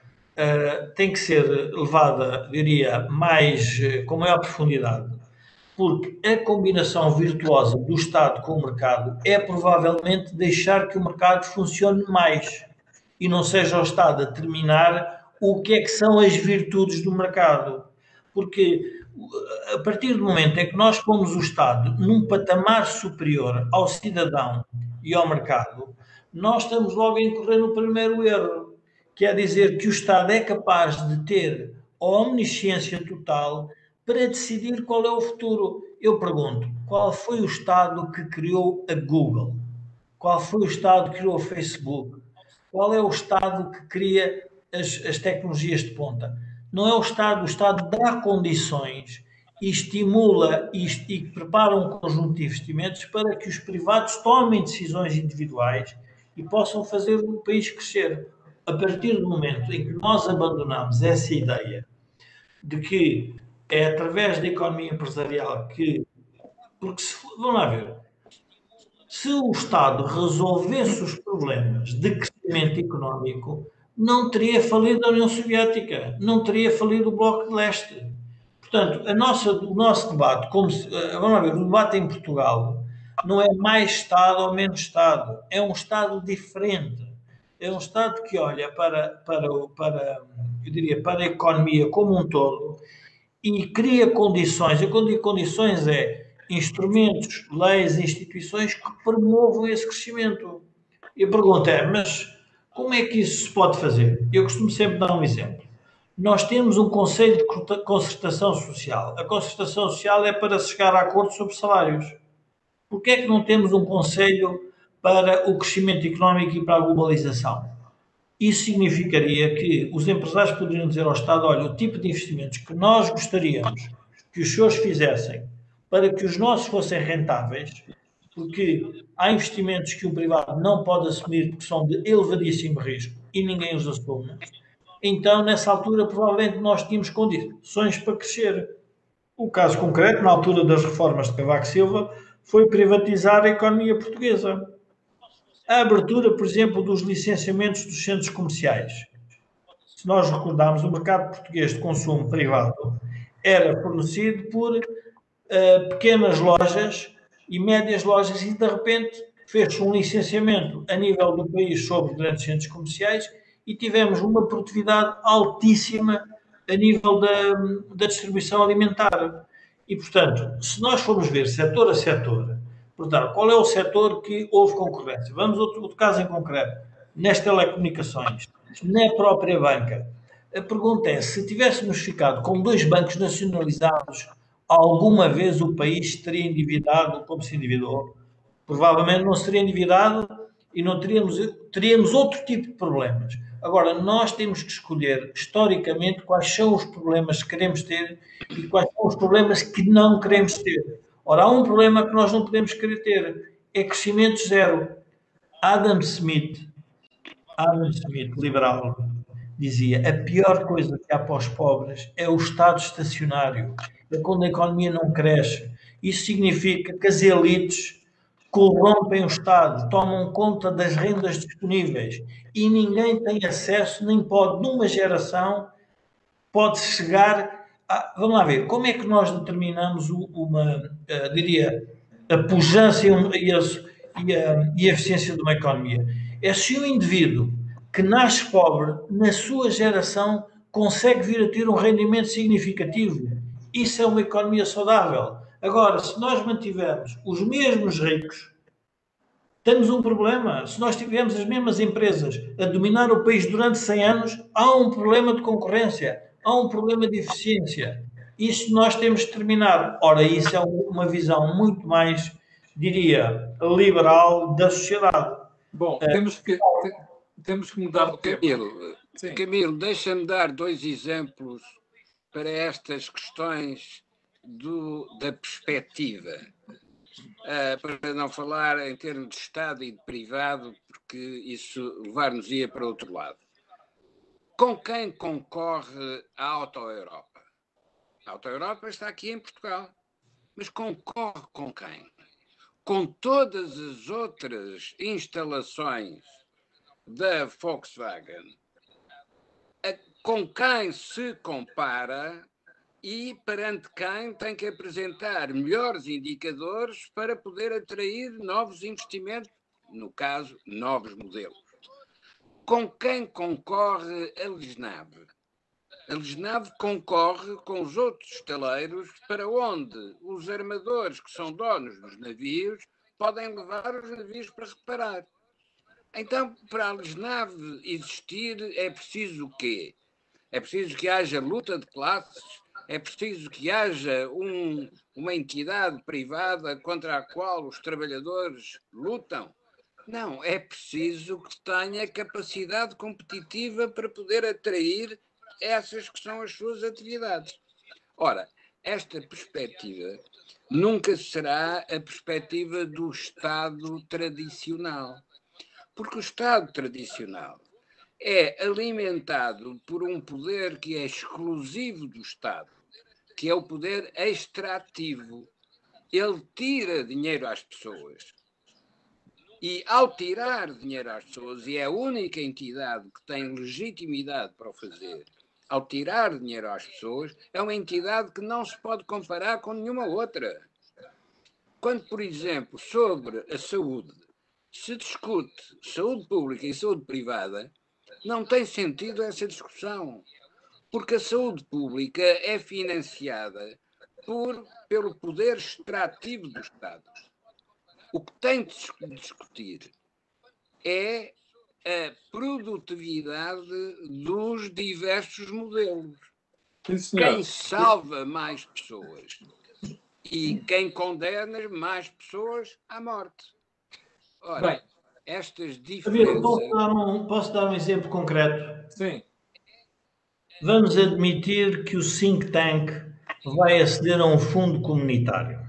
uh, tem que ser levada, diria, mais, com maior profundidade, porque a combinação virtuosa do Estado com o mercado é provavelmente deixar que o mercado funcione mais e não seja o Estado a determinar o que é que são as virtudes do mercado. Porque a partir do momento em que nós pomos o Estado num patamar superior ao cidadão e ao mercado, nós estamos logo a incorrer no primeiro erro, que é dizer que o Estado é capaz de ter a omnisciência total para decidir qual é o futuro. Eu pergunto, qual foi o Estado que criou a Google? Qual foi o Estado que criou o Facebook? Qual é o Estado que cria as, as tecnologias de ponta? Não é o Estado. O Estado dá condições e estimula e, e prepara um conjunto de investimentos para que os privados tomem decisões individuais e possam fazer o país crescer. A partir do momento em que nós abandonamos essa ideia de que é através da economia empresarial que... Porque, se, vamos lá ver, se o Estado resolvesse os problemas de crescimento económico, não teria falido a União Soviética, não teria falido o Bloco de Leste. Portanto, a nossa, o nosso debate, como se, vamos lá ver, o debate em Portugal não é mais Estado ou menos Estado, é um Estado diferente. É um Estado que olha para, para, para, eu diria, para a economia como um todo e cria condições, e quando digo condições é instrumentos, leis, instituições que promovam esse crescimento. E a pergunta é, mas como é que isso se pode fazer? Eu costumo sempre dar um exemplo. Nós temos um Conselho de Concertação Social. A concertação social é para se chegar a acordo sobre salários. Por que é que não temos um Conselho para o crescimento económico e para a globalização? Isso significaria que os empresários poderiam dizer ao Estado, olha, o tipo de investimentos que nós gostaríamos que os senhores fizessem para que os nossos fossem rentáveis, porque há investimentos que o privado não pode assumir porque são de elevadíssimo risco e ninguém os assume, então nessa altura provavelmente nós tínhamos condições para crescer. O caso concreto, na altura das reformas de Cavaco Silva, foi privatizar a economia portuguesa. A abertura, por exemplo, dos licenciamentos dos centros comerciais. Se nós recordarmos, o mercado português de consumo privado era fornecido por uh, pequenas lojas e médias lojas e, de repente, fez-se um licenciamento a nível do país sobre grandes centros comerciais e tivemos uma produtividade altíssima a nível da, da distribuição alimentar. E, portanto, se nós formos ver setor a setor, portanto, qual é o setor que houve concorrência? Vamos outro, outro caso em concreto, nas telecomunicações, na própria banca. A pergunta é, se tivéssemos ficado com dois bancos nacionalizados, alguma vez o país teria endividado como se endividou? Provavelmente não seria endividado e não teríamos, teríamos outro tipo de problemas. Agora, nós temos que escolher, historicamente, quais são os problemas que queremos ter e quais são os problemas que não queremos ter. Ora, há um problema que nós não podemos querer ter, é crescimento zero. Adam Smith, Adam Smith, liberal, dizia, a pior coisa que há para os pobres é o estado estacionário, é quando a economia não cresce. Isso significa que as elites corrompem o Estado, tomam conta das rendas disponíveis e ninguém tem acesso, nem pode, numa geração, pode chegar a... Vamos lá ver, como é que nós determinamos uma, uh, diria, a pujança e a, e, a, e a eficiência de uma economia? É se o indivíduo que nasce pobre, na sua geração, consegue vir a ter um rendimento significativo. Isso é uma economia saudável. Agora, se nós mantivermos os mesmos ricos, temos um problema. Se nós tivermos as mesmas empresas a dominar o país durante cem anos, há um problema de concorrência, há um problema de eficiência. Isso nós temos de terminar. Ora, isso é uma visão muito mais, diria, liberal da sociedade. Bom, é. temos, que, te, temos que mudar de tema. Camilo, Camilo, deixa-me dar dois exemplos para estas questões do, da perspectiva. Uh, para não falar em termos de Estado e de privado, porque isso levar-nos-ia para outro lado. Com quem concorre a Auto-Europa? A Auto-Europa está aqui em Portugal, mas concorre com quem? Com todas as outras instalações da Volkswagen, com quem se compara e perante quem tem que apresentar melhores indicadores para poder atrair novos investimentos, no caso, novos modelos. Com quem concorre a Lisnave? A Lisnave concorre com os outros estaleiros para onde os armadores que são donos dos navios podem levar os navios para reparar. Então, para a Lisnave existir, é preciso o quê? É preciso que haja luta de classes. É preciso que haja um, uma entidade privada contra a qual os trabalhadores lutam? Não, é preciso que tenha capacidade competitiva para poder atrair essas que são as suas atividades. Ora, esta perspectiva nunca será a perspectiva do Estado tradicional, porque o Estado tradicional é alimentado por um poder que é exclusivo do Estado, que é o poder extrativo. Ele tira dinheiro às pessoas. E ao tirar dinheiro às pessoas, e é a única entidade que tem legitimidade para o fazer, ao tirar dinheiro às pessoas, é uma entidade que não se pode comparar com nenhuma outra. Quando, por exemplo, sobre a saúde, se discute saúde pública e saúde privada, não tem sentido essa discussão, porque a saúde pública é financiada por, pelo poder extrativo do Estado. O que tem de discutir é a produtividade dos diversos modelos. Sim, quem salva mais pessoas e quem condena mais pessoas à morte. Ora, Bem, estas diferenças... Posso dar, um, posso dar um exemplo concreto? Sim. Vamos admitir que o think tank vai aceder a um fundo comunitário.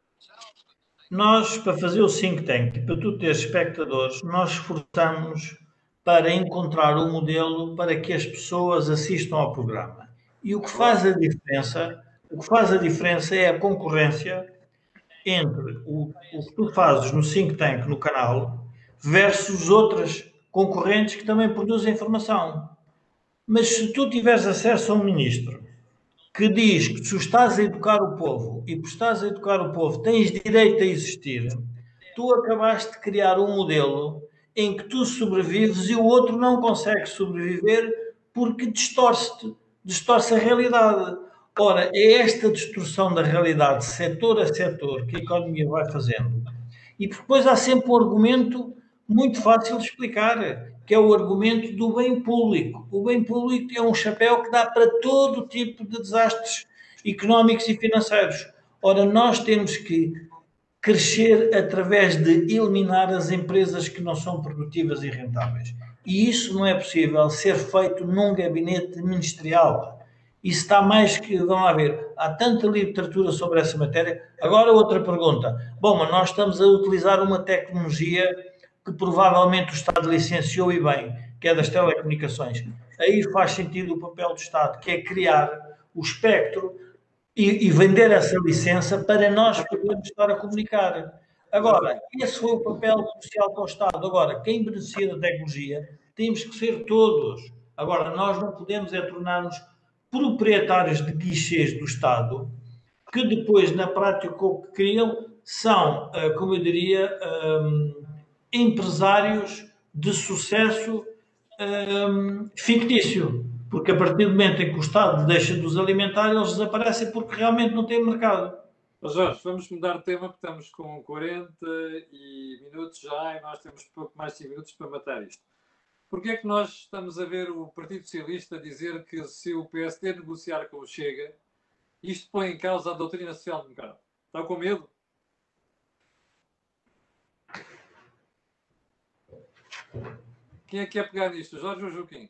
Nós, para fazer o think tank e para tu ter espectadores, nós esforçamos para encontrar um modelo para que as pessoas assistam ao programa. E o que faz a diferença, o que faz a diferença é a concorrência entre o, o que tu fazes no think tank, no canal, versus outras concorrentes que também produzem informação. Mas se tu tiveres acesso a um ministro que diz que se estás a educar o povo e por estás a educar o povo tens direito a existir, tu acabaste de criar um modelo em que tu sobrevives e o outro não consegue sobreviver porque distorce-te, distorce a realidade. Ora, é esta distorção da realidade, setor a setor, que a economia vai fazendo. E depois há sempre um argumento muito fácil de explicar, que é o argumento do bem público. O bem público é um chapéu que dá para todo tipo de desastres económicos e financeiros. Ora, nós temos que crescer através de eliminar as empresas que não são produtivas e rentáveis. E isso não é possível ser feito num gabinete ministerial. Isso está mais que, vamos lá ver, há tanta literatura sobre essa matéria. Agora outra pergunta. Bom, mas nós estamos a utilizar uma tecnologia que provavelmente o Estado licenciou e bem, que é das telecomunicações. Aí faz sentido o papel do Estado, que é criar o espectro e, e vender essa licença para nós podermos estar a comunicar. Agora, esse foi o papel social para o Estado. Agora, quem beneficia da tecnologia, temos que ser todos. Agora, nós não podemos é tornar-nos proprietários de guichês do Estado, que depois, na prática, o que criam são, como eu diria, um, empresários de sucesso um, fictício. Porque a partir do momento em que o Estado deixa de os alimentar, eles desaparecem porque realmente não têm mercado. Mas Jorge, vamos mudar de tema porque estamos com quarenta minutos já e nós temos pouco mais de cinco minutos para matar isto. Porquê é que nós estamos a ver o Partido Socialista dizer que se o P S D negociar com o Chega, isto põe em causa a doutrina social-democrata? Está com medo? Quem é que quer pegar nisto, Jorge ou Joaquim?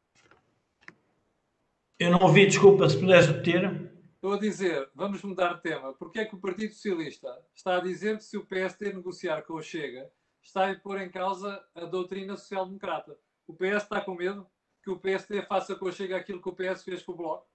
Eu não ouvi, desculpa, se puderes repetir. Estou a dizer, vamos mudar de tema. Porquê é que o Partido Socialista está a dizer que se o P S D negociar com o Chega, está a pôr em causa a doutrina social-democrata? O P S está com medo que o P S D faça com o Chega aquilo que o P S fez com o Bloco?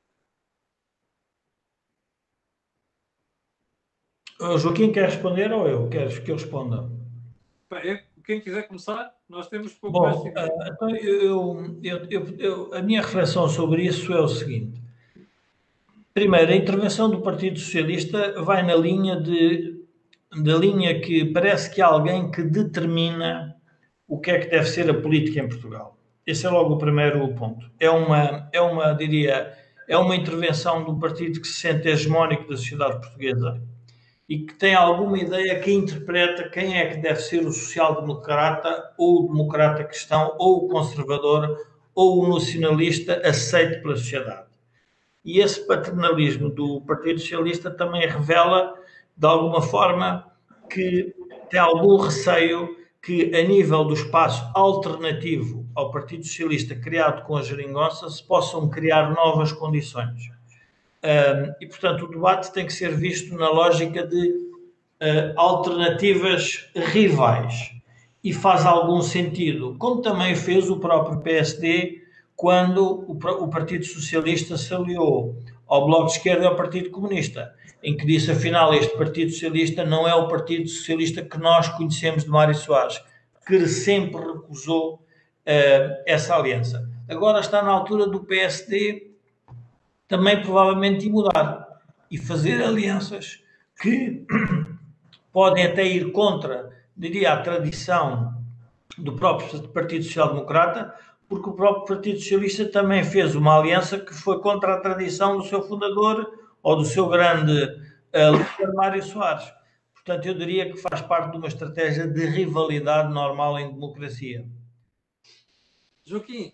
O Joaquim quer responder ou eu? Queres que eu responda? Quem quiser começar, nós temos pouco Bom, mais de tempo. Uh, então eu, eu, eu, eu, a minha reflexão sobre isso é o seguinte. Primeiro, a intervenção do Partido Socialista vai na linha de, da linha que parece que há alguém que determina o que é que deve ser a política em Portugal. Esse é logo o primeiro ponto. É uma, é uma, diria, é uma intervenção do partido que se sente hegemónico da sociedade portuguesa e que tem alguma ideia que interpreta quem é que deve ser o social-democrata ou o democrata cristão ou o conservador ou o nacionalista aceito pela sociedade. E esse paternalismo do Partido Socialista também revela, de alguma forma, que tem algum receio que, a nível do espaço alternativo ao Partido Socialista criado com a geringonça, se possam criar novas condições. Um, e, portanto, o debate tem que ser visto na lógica de uh, alternativas rivais. E faz algum sentido, como também fez o próprio P S D quando o, o Partido Socialista se aliou ao Bloco de Esquerda e ao Partido Comunista, em que disse, afinal, este Partido Socialista não é o Partido Socialista que nós conhecemos de Mário Soares, que sempre recusou uh, essa aliança. Agora está na altura do P S D também provavelmente mudar e fazer alianças que podem até ir contra, diria, a tradição do próprio Partido Social Democrata, porque o próprio Partido Socialista também fez uma aliança que foi contra a tradição do seu fundador ou do seu grande uh, líder Mário Soares. Portanto, eu diria que faz parte de uma estratégia de rivalidade normal em democracia. Joaquim.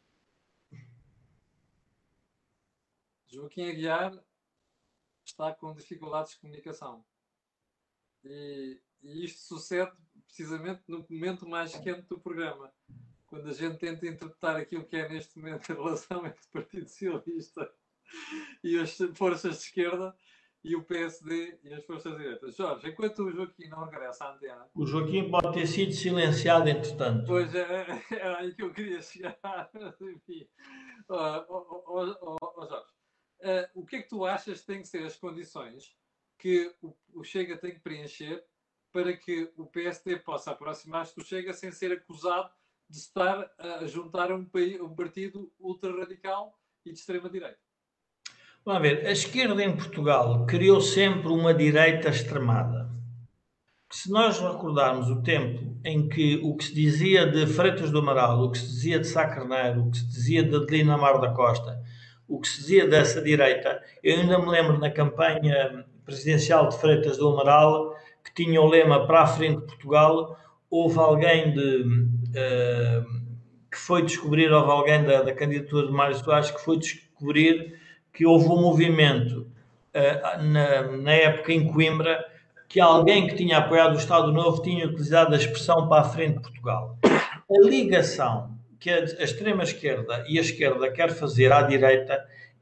Joaquim Aguiar está com dificuldades de comunicação. E, e isto sucede precisamente no momento mais quente do programa, quando a gente tenta interpretar aquilo que é neste momento a relação entre o Partido Socialista e as forças de esquerda e o P S D e as forças direitas. Jorge, enquanto o Joaquim não regressa à antena... O Joaquim pode ter sido silenciado, entretanto. Pois, é, era aí que eu queria chegar. Enfim. Oh, oh, oh, oh, oh, Jorge, uh, o que é que tu achas que têm que ser as condições que o, o Chega tem que preencher para que o P S D possa aproximar-se do Chega sem ser acusado de estar a juntar a um, país, um partido ultra-radical e de extrema-direita? Vamos ver, a esquerda em Portugal criou sempre uma direita extremada. Se nós recordarmos o tempo em que o que se dizia de Freitas do Amaral, o que se dizia de Sá Carneiro, o que se dizia de Adelina Mar da Costa, o que se dizia dessa direita, eu ainda me lembro na campanha presidencial de Freitas do Amaral, que tinha o lema para a frente de Portugal, houve alguém de, uh, que foi descobrir, houve alguém da, da candidatura de Mário Soares que foi descobrir que houve um movimento uh, na, na época em Coimbra, que alguém que tinha apoiado o Estado Novo tinha utilizado a expressão para a frente de Portugal. A ligação que a, a extrema-esquerda e a esquerda quer fazer à direita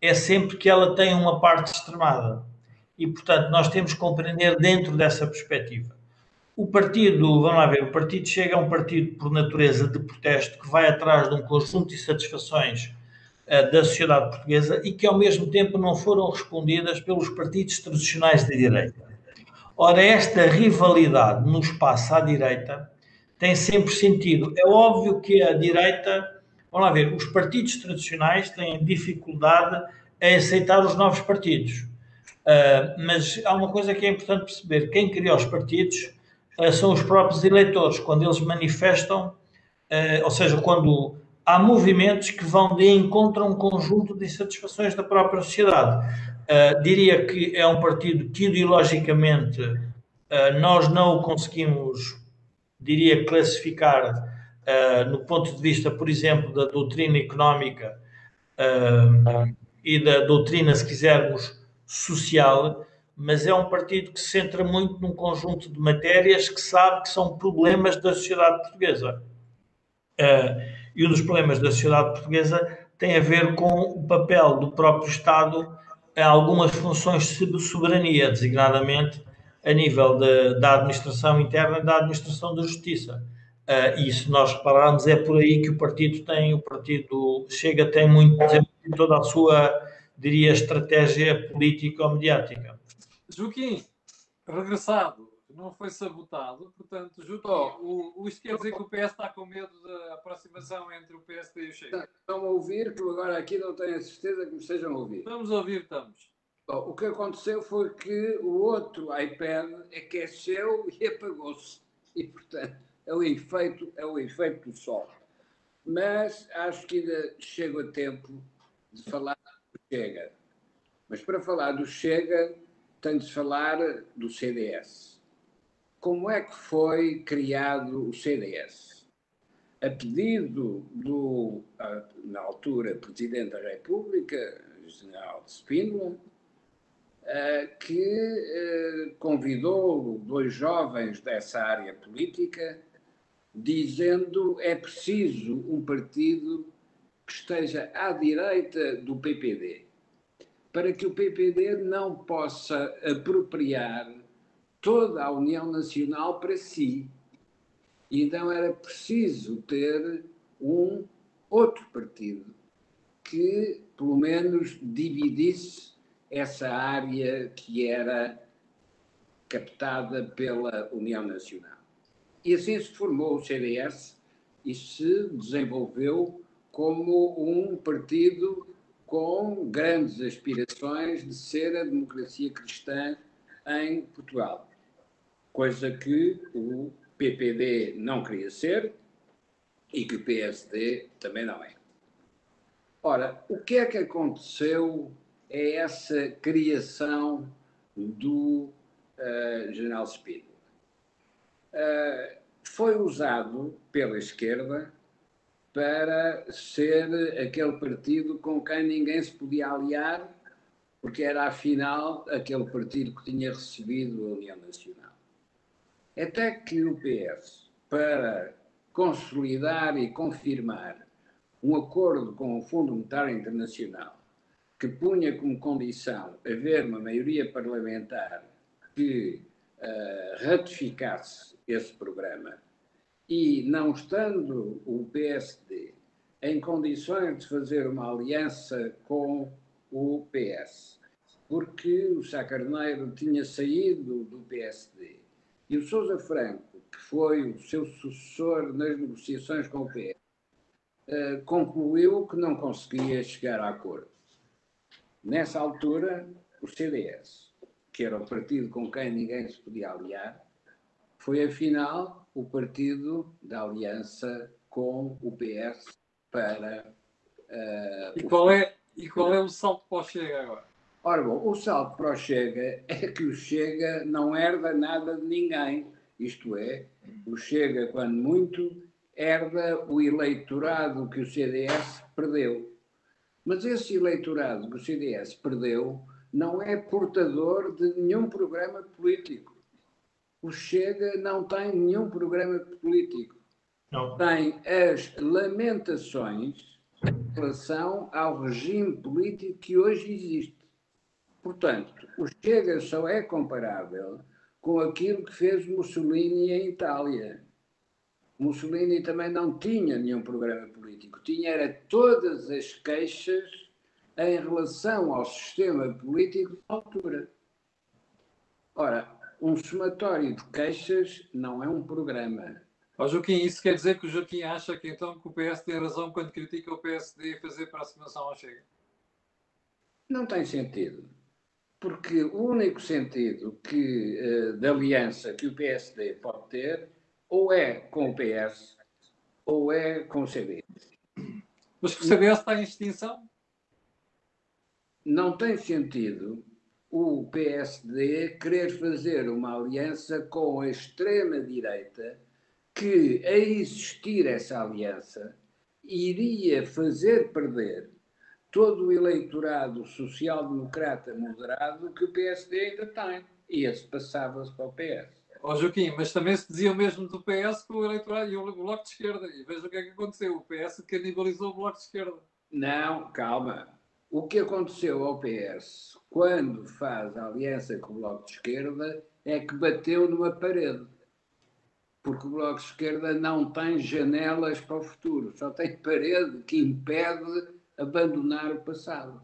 é sempre que ela tem uma parte extremada. E, portanto, nós temos que compreender dentro dessa perspectiva. O partido, vamos lá ver, o partido Chega é um partido por natureza de protesto que vai atrás de um conjunto de satisfações uh, da sociedade portuguesa e que ao mesmo tempo não foram respondidas pelos partidos tradicionais de direita. Ora, esta rivalidade no espaço à direita tem sempre sentido. É óbvio que a direita, vamos lá ver, os partidos tradicionais têm dificuldade em aceitar os novos partidos. Uh, mas há uma coisa que é importante perceber: quem cria os partidos uh, são os próprios eleitores, quando eles manifestam, uh, ou seja, quando há movimentos que vão de encontro a um conjunto de insatisfações da própria sociedade. Uh, diria que é um partido que ideologicamente uh, nós não o conseguimos, diria, classificar uh, no ponto de vista, por exemplo, da doutrina económica uh, e da doutrina, se quisermos, social, mas é um partido que se centra muito num conjunto de matérias que sabe que são problemas da sociedade portuguesa. Uh, e um dos problemas da sociedade portuguesa tem a ver com o papel do próprio Estado em algumas funções de soberania, designadamente a nível de, da administração interna e da administração da justiça. Uh, e se nós repararmos, é por aí que o partido tem, o partido Chega tem muito, toda a sua, diria, estratégia político-mediática. Joaquim, regressado, não foi sabotado, portanto, Joaquim, oh, o, isto quer dizer que o P S está com medo da aproximação entre o P S D e o Chega? Estão a ouvir, que eu agora aqui não tenho a certeza que me estejam a ouvir. Estamos a ouvir, estamos. Bom, o que aconteceu foi que o outro iPad aqueceu e apagou-se. E, portanto, é o efeito, é o efeito do sol. Mas acho que ainda chego a tempo de falar do Chega. Mas para falar do Chega, tenho de falar do C D S. Como é que foi criado o C D S? A pedido do, na altura, Presidente da República, General Spínola, que convidou dois jovens dessa área política, dizendo que é preciso um partido que esteja à direita do P P D, para que o P P D não possa apropriar toda a União Nacional para si. Então era preciso ter um outro partido que, pelo menos, dividisse essa área que era captada pela União Nacional. E assim se formou o C D S e se desenvolveu como um partido com grandes aspirações de ser a democracia cristã em Portugal. Coisa que o P P D não queria ser e que o P S D também não é. Ora, o que é que aconteceu a essa criação do uh, General Spínola? Uh, foi usado pela esquerda para ser aquele partido com quem ninguém se podia aliar, porque era, afinal, aquele partido que tinha recebido a União Nacional. Até que o P S, para consolidar e confirmar um acordo com o Fundo Monetário Internacional que punha como condição haver uma maioria parlamentar que uh, ratificasse esse programa, e não estando o P S D em condições de fazer uma aliança com o P S, porque o Sá Carneiro tinha saído do P S D e o Sousa Franco, que foi o seu sucessor nas negociações com o P S, uh, concluiu que não conseguia chegar a acordo. Nessa altura, o C D S, que era o partido com quem ninguém se podia aliar, foi, afinal, o partido da aliança com o P S para... Uh, e, qual é, e qual é o salto para o Chega agora? Ora bom, o salto para o Chega é que o Chega não herda nada de ninguém. Isto é, o Chega, quando muito, herda o eleitorado que o C D S perdeu. Mas esse eleitorado que o C D S perdeu não é portador de nenhum programa político. O Chega não tem nenhum programa político. Não. Tem as lamentações em relação ao regime político que hoje existe. Portanto, o Chega só é comparável com aquilo que fez Mussolini em Itália. Mussolini também não tinha nenhum programa político, tinha era todas as queixas em relação ao sistema político da altura. Ora, um somatório de queixas não é um programa. Ó, Joaquim, isso quer dizer que o Joaquim acha que então que o P S tem razão quando critica o P S D fazer aproximação ao Chega? Não tem sentido. Porque o único sentido que, uh, de aliança que o P S D pode ter ou é com o P S ou é com o C D S. Mas que o C D S está em extinção? Não tem sentido o P S D querer fazer uma aliança com a extrema-direita que, a existir essa aliança, iria fazer perder todo o eleitorado social-democrata moderado que o P S D ainda tem. E esse passava-se para o P S. Ó, Joaquim, mas também se dizia o mesmo do P S com o eleitorado e o Bloco de Esquerda. E veja o que é que aconteceu. O P S canibalizou o Bloco de Esquerda. Não, calma. O que aconteceu ao P S quando faz a aliança com o Bloco de Esquerda é que bateu numa parede. Porque o Bloco de Esquerda não tem janelas para o futuro. Só tem parede que impede abandonar o passado.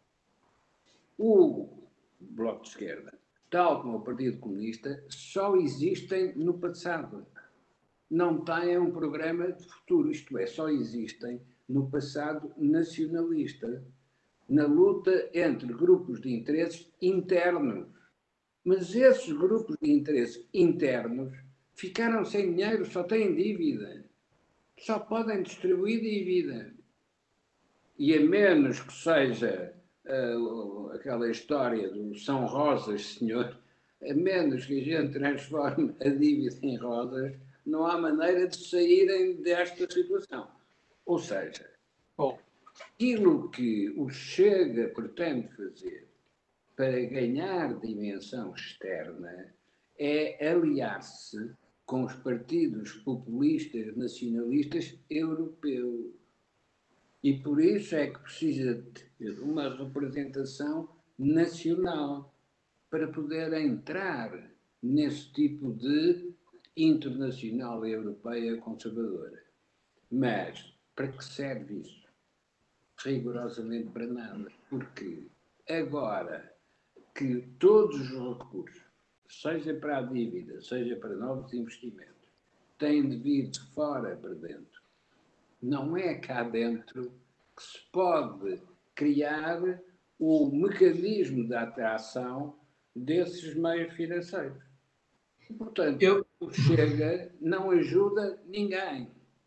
O Bloco de Esquerda, tal como o Partido Comunista, só existem no passado. Não têm um programa de futuro, isto é, só existem no passado nacionalista, na luta entre grupos de interesses internos. Mas esses grupos de interesses internos ficaram sem dinheiro, só têm dívida. Só podem distribuir dívida. E a menos que seja uh, aquela história do São Rosas, senhor, a menos que a gente transforme a dívida em rosas, não há maneira de saírem desta situação. Ou seja, Bom, aquilo que o Chega pretende fazer para ganhar dimensão externa é aliar-se com os partidos populistas nacionalistas europeus. E por isso é que precisa ter uma representação nacional para poder entrar nesse tipo de internacional europeia conservadora. Mas para que serve isso? Rigorosamente para nada. Porque agora que todos os recursos, seja para a dívida, seja para novos investimentos, têm de vir de fora para dentro, não é cá dentro que se pode criar o mecanismo de atração desses meios financeiros. E, portanto, Eu... o Chega não ajuda ninguém.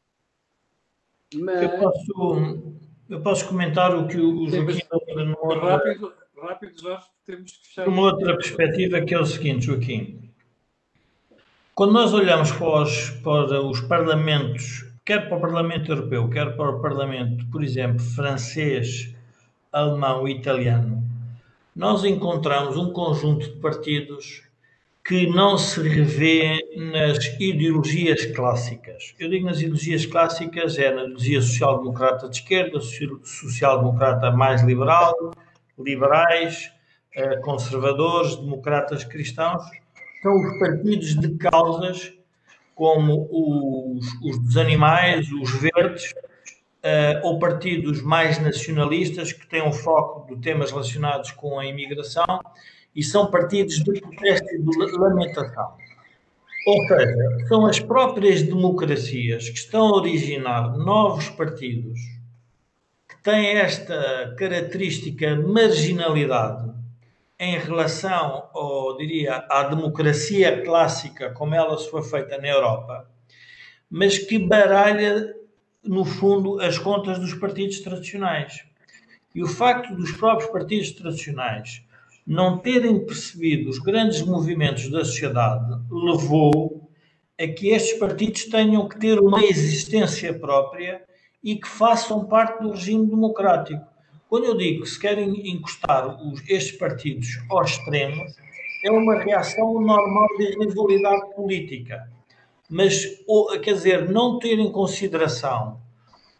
Mas... Eu, posso, eu posso comentar o que o Joaquim... Rápido, rápido, Jorge, temos que fechar. Uma outra perspectiva, que é o seguinte, Joaquim. Quando nós olhamos para os, para os parlamentos, quer para o Parlamento Europeu, quer para o Parlamento, por exemplo, francês, alemão e italiano, nós encontramos um conjunto de partidos que não se revê nas ideologias clássicas. Eu digo nas ideologias clássicas, é na ideologia social-democrata de esquerda, social-democrata mais liberal, liberais, conservadores, democratas cristãos. São os partidos de causas como os, os dos animais, os verdes, uh, ou partidos mais nacionalistas que têm um foco de temas relacionados com a imigração e são partidos de protesto e de lamentação. Ou seja, são as próprias democracias que estão a originar novos partidos que têm esta característica marginalidade em relação, ou, diria, à democracia clássica como ela se foi feita na Europa, mas que baralha, no fundo, as contas dos partidos tradicionais. E o facto dos próprios partidos tradicionais não terem percebido os grandes movimentos da sociedade levou a que estes partidos tenham que ter uma existência própria e que façam parte do regime democrático. Quando eu digo que se querem encostar os, estes partidos aos extremos, é uma reação normal de rivalidade política. Mas, ou, quer dizer, não ter em consideração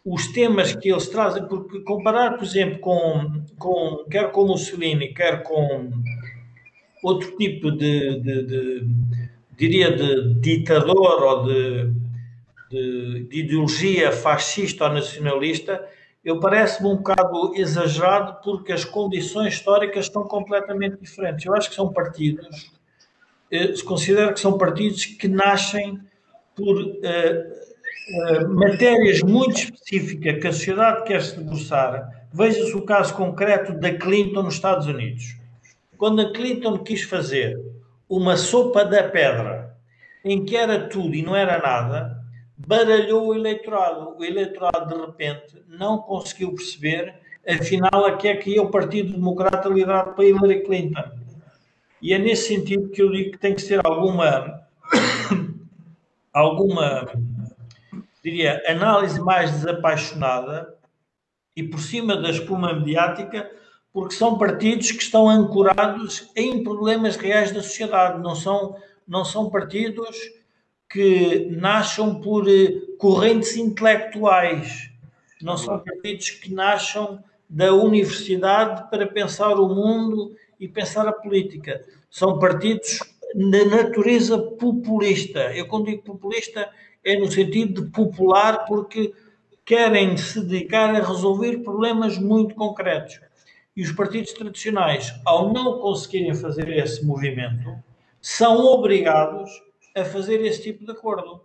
os temas que eles trazem, porque comparar, por exemplo, com, com quer com Mussolini, quer com outro tipo de, de, de diria, de ditador ou de, de, de ideologia fascista ou nacionalista, eu parece-me um bocado exagerado porque as condições históricas estão completamente diferentes. Eu acho que são partidos, se considero que são partidos que nascem por uh, uh, matérias muito específicas que a sociedade quer se debruçar. Veja-se o caso concreto da Clinton nos Estados Unidos. Quando a Clinton quis fazer uma sopa da pedra em que era tudo e não era nada, baralhou o eleitorado. O eleitorado, de repente, não conseguiu perceber, afinal, a que é que ia o Partido Democrata liderado para Hillary Clinton. E é nesse sentido que eu digo que tem que ser alguma, alguma, diria, análise mais desapaixonada e por cima da espuma mediática, porque são partidos que estão ancorados em problemas reais da sociedade, não são, não são partidos que nasçam por correntes intelectuais, não são partidos que nasçam da universidade para pensar o mundo e pensar a política. São partidos de natureza populista. Eu, quando digo populista, é no sentido de popular, porque querem se dedicar a resolver problemas muito concretos. E os partidos tradicionais, ao não conseguirem fazer esse movimento, são obrigados a fazer esse tipo de acordo.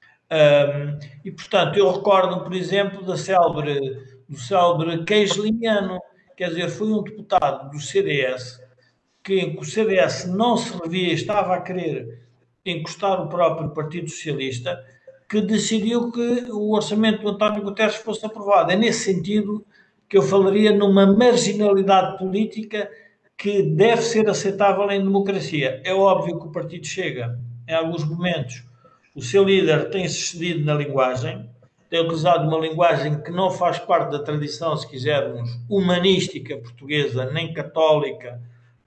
Um, e, portanto, eu recordo, por exemplo, da célebre, do célebre Queijo Limiano, quer dizer, foi um deputado do C D S que, em que o C D S não se revia, estava a querer encostar o próprio Partido Socialista, que decidiu que o orçamento do António Guterres fosse aprovado. É nesse sentido que eu falaria numa marginalidade política que deve ser aceitável em democracia. É óbvio que o partido Chega, em alguns momentos, o seu líder tem-se excedido na linguagem, tem utilizado uma linguagem que não faz parte da tradição, se quisermos, humanística portuguesa, nem católica,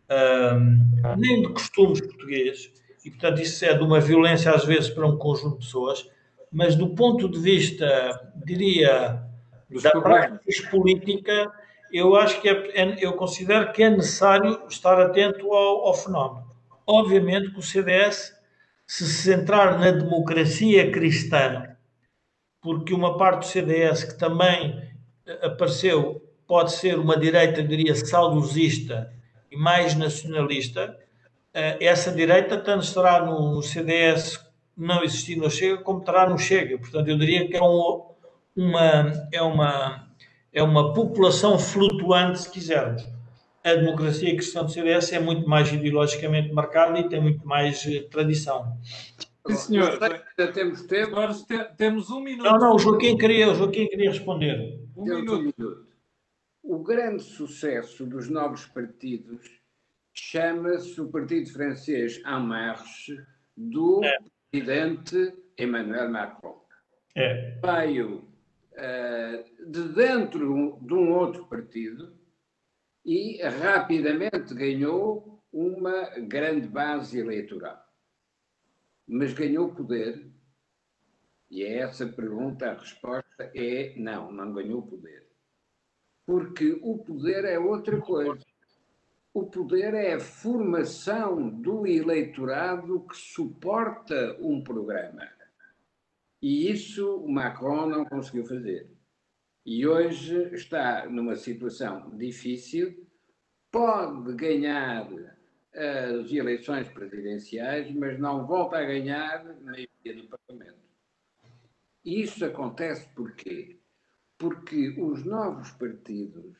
hum, nem de costumes portugueses, e portanto isso é de uma violência às vezes para um conjunto de pessoas, mas do ponto de vista, diria, Dos da problemas. prática política, eu acho que é, é, eu considero que é necessário estar atento ao, ao fenómeno. Obviamente que o C D S, se se centrar na democracia cristã, porque uma parte do C D S que também apareceu pode ser uma direita, eu diria, saudosista e mais nacionalista, essa direita tanto estará no C D S não existindo no Chega, como estará no Chega. Portanto, eu diria que é, um, uma, é, uma, é uma população flutuante, se quisermos. A democracia cristã do C D S é muito mais ideologicamente marcada e tem muito mais eh, tradição. Sim, senhor. Ainda temos tempo. Nós te, temos um minuto. Não, não, o Joaquim queria, o Joaquim queria responder. Um Temos minuto. um minuto. O grande sucesso dos novos partidos chama-se o partido francês En Marche, do é. presidente Emmanuel Macron. É. Veio uh, de dentro de um outro partido e rapidamente ganhou uma grande base eleitoral. Mas ganhou poder, e é essa pergunta, a resposta é não, não ganhou poder. Porque o poder é outra coisa. O poder é a formação do eleitorado que suporta um programa. E isso o Macron não conseguiu fazer. E hoje está numa situação difícil, pode ganhar as eleições presidenciais, mas não volta a ganhar na maioria do Parlamento. Isso acontece porquê? Porque os novos partidos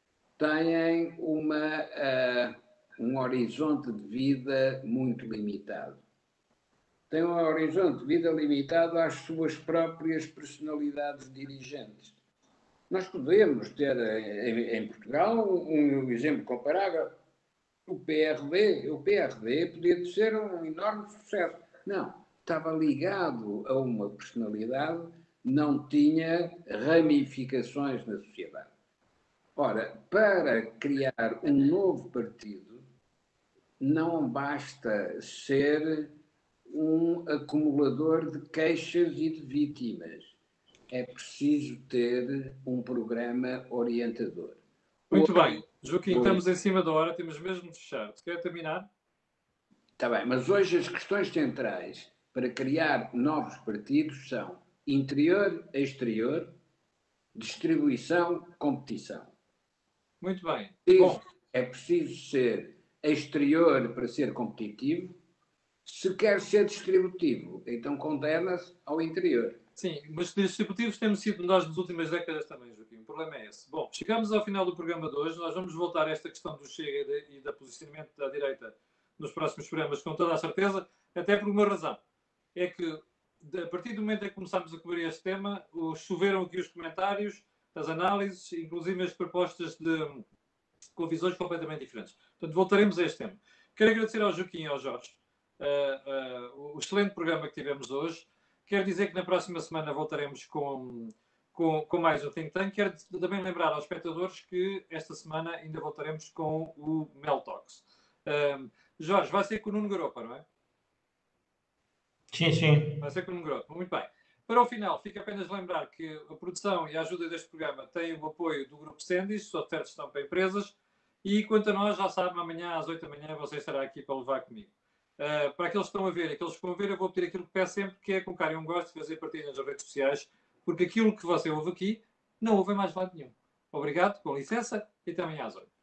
têm uma, uh, um horizonte de vida muito limitado. Têm um horizonte de vida limitado às suas próprias personalidades dirigentes. Nós podemos ter em, em Portugal um, um exemplo comparável. O P R D, o P R D podia ser um enorme sucesso. Não, estava ligado a uma personalidade, não tinha ramificações na sociedade. Ora, para criar um novo partido, não basta ser um acumulador de queixas e de vítimas. é preciso ter um programa orientador. Muito bem. Joaquim, estamos em cima da hora, temos mesmo de fechar. Quer terminar? Está bem, mas hoje as questões centrais para criar novos partidos são interior, exterior, distribuição, competição. Muito bem. Bom. É preciso ser exterior para ser competitivo. Se quer ser distributivo, então condena-se ao interior. Sim, mas distributivos temos sido nós nas últimas décadas também, Joaquim. O problema é esse. Bom, chegamos ao final do programa de hoje. Nós vamos voltar a esta questão do Chega e do posicionamento da direita nos próximos programas, com toda a certeza, até por uma razão. É que, a partir do momento em que começámos a cobrir este tema, choveram aqui os comentários, as análises, inclusive as propostas de, com visões completamente diferentes. Portanto, voltaremos a este tema. Quero agradecer ao Joaquim e ao Jorge uh, uh, o excelente programa que tivemos hoje. Quero dizer que na próxima semana voltaremos com, com, com mais um Think Tank. Quero também lembrar aos espectadores que esta semana ainda voltaremos com o Mel Talks. Uh, Jorge, vai ser com o Nuno Garopa, não é? Sim, sim. Vai ser com o Nuno Garopa. Muito bem. Para o final, fica apenas lembrar que a produção e a ajuda deste programa têm o apoio do Grupo Sendis, software de gestão para empresas, e quanto a nós, já sabem, amanhã às oito da manhã você estará aqui para levar comigo. Uh, para aqueles que estão a ver e aqueles que estão a ver, eu vou pedir aquilo que peço sempre, que é colocarem um gosto e fazer partilha nas redes sociais, porque aquilo que você ouve aqui não ouve em mais lado nenhum. Obrigado, com licença, e até amanhã às oito.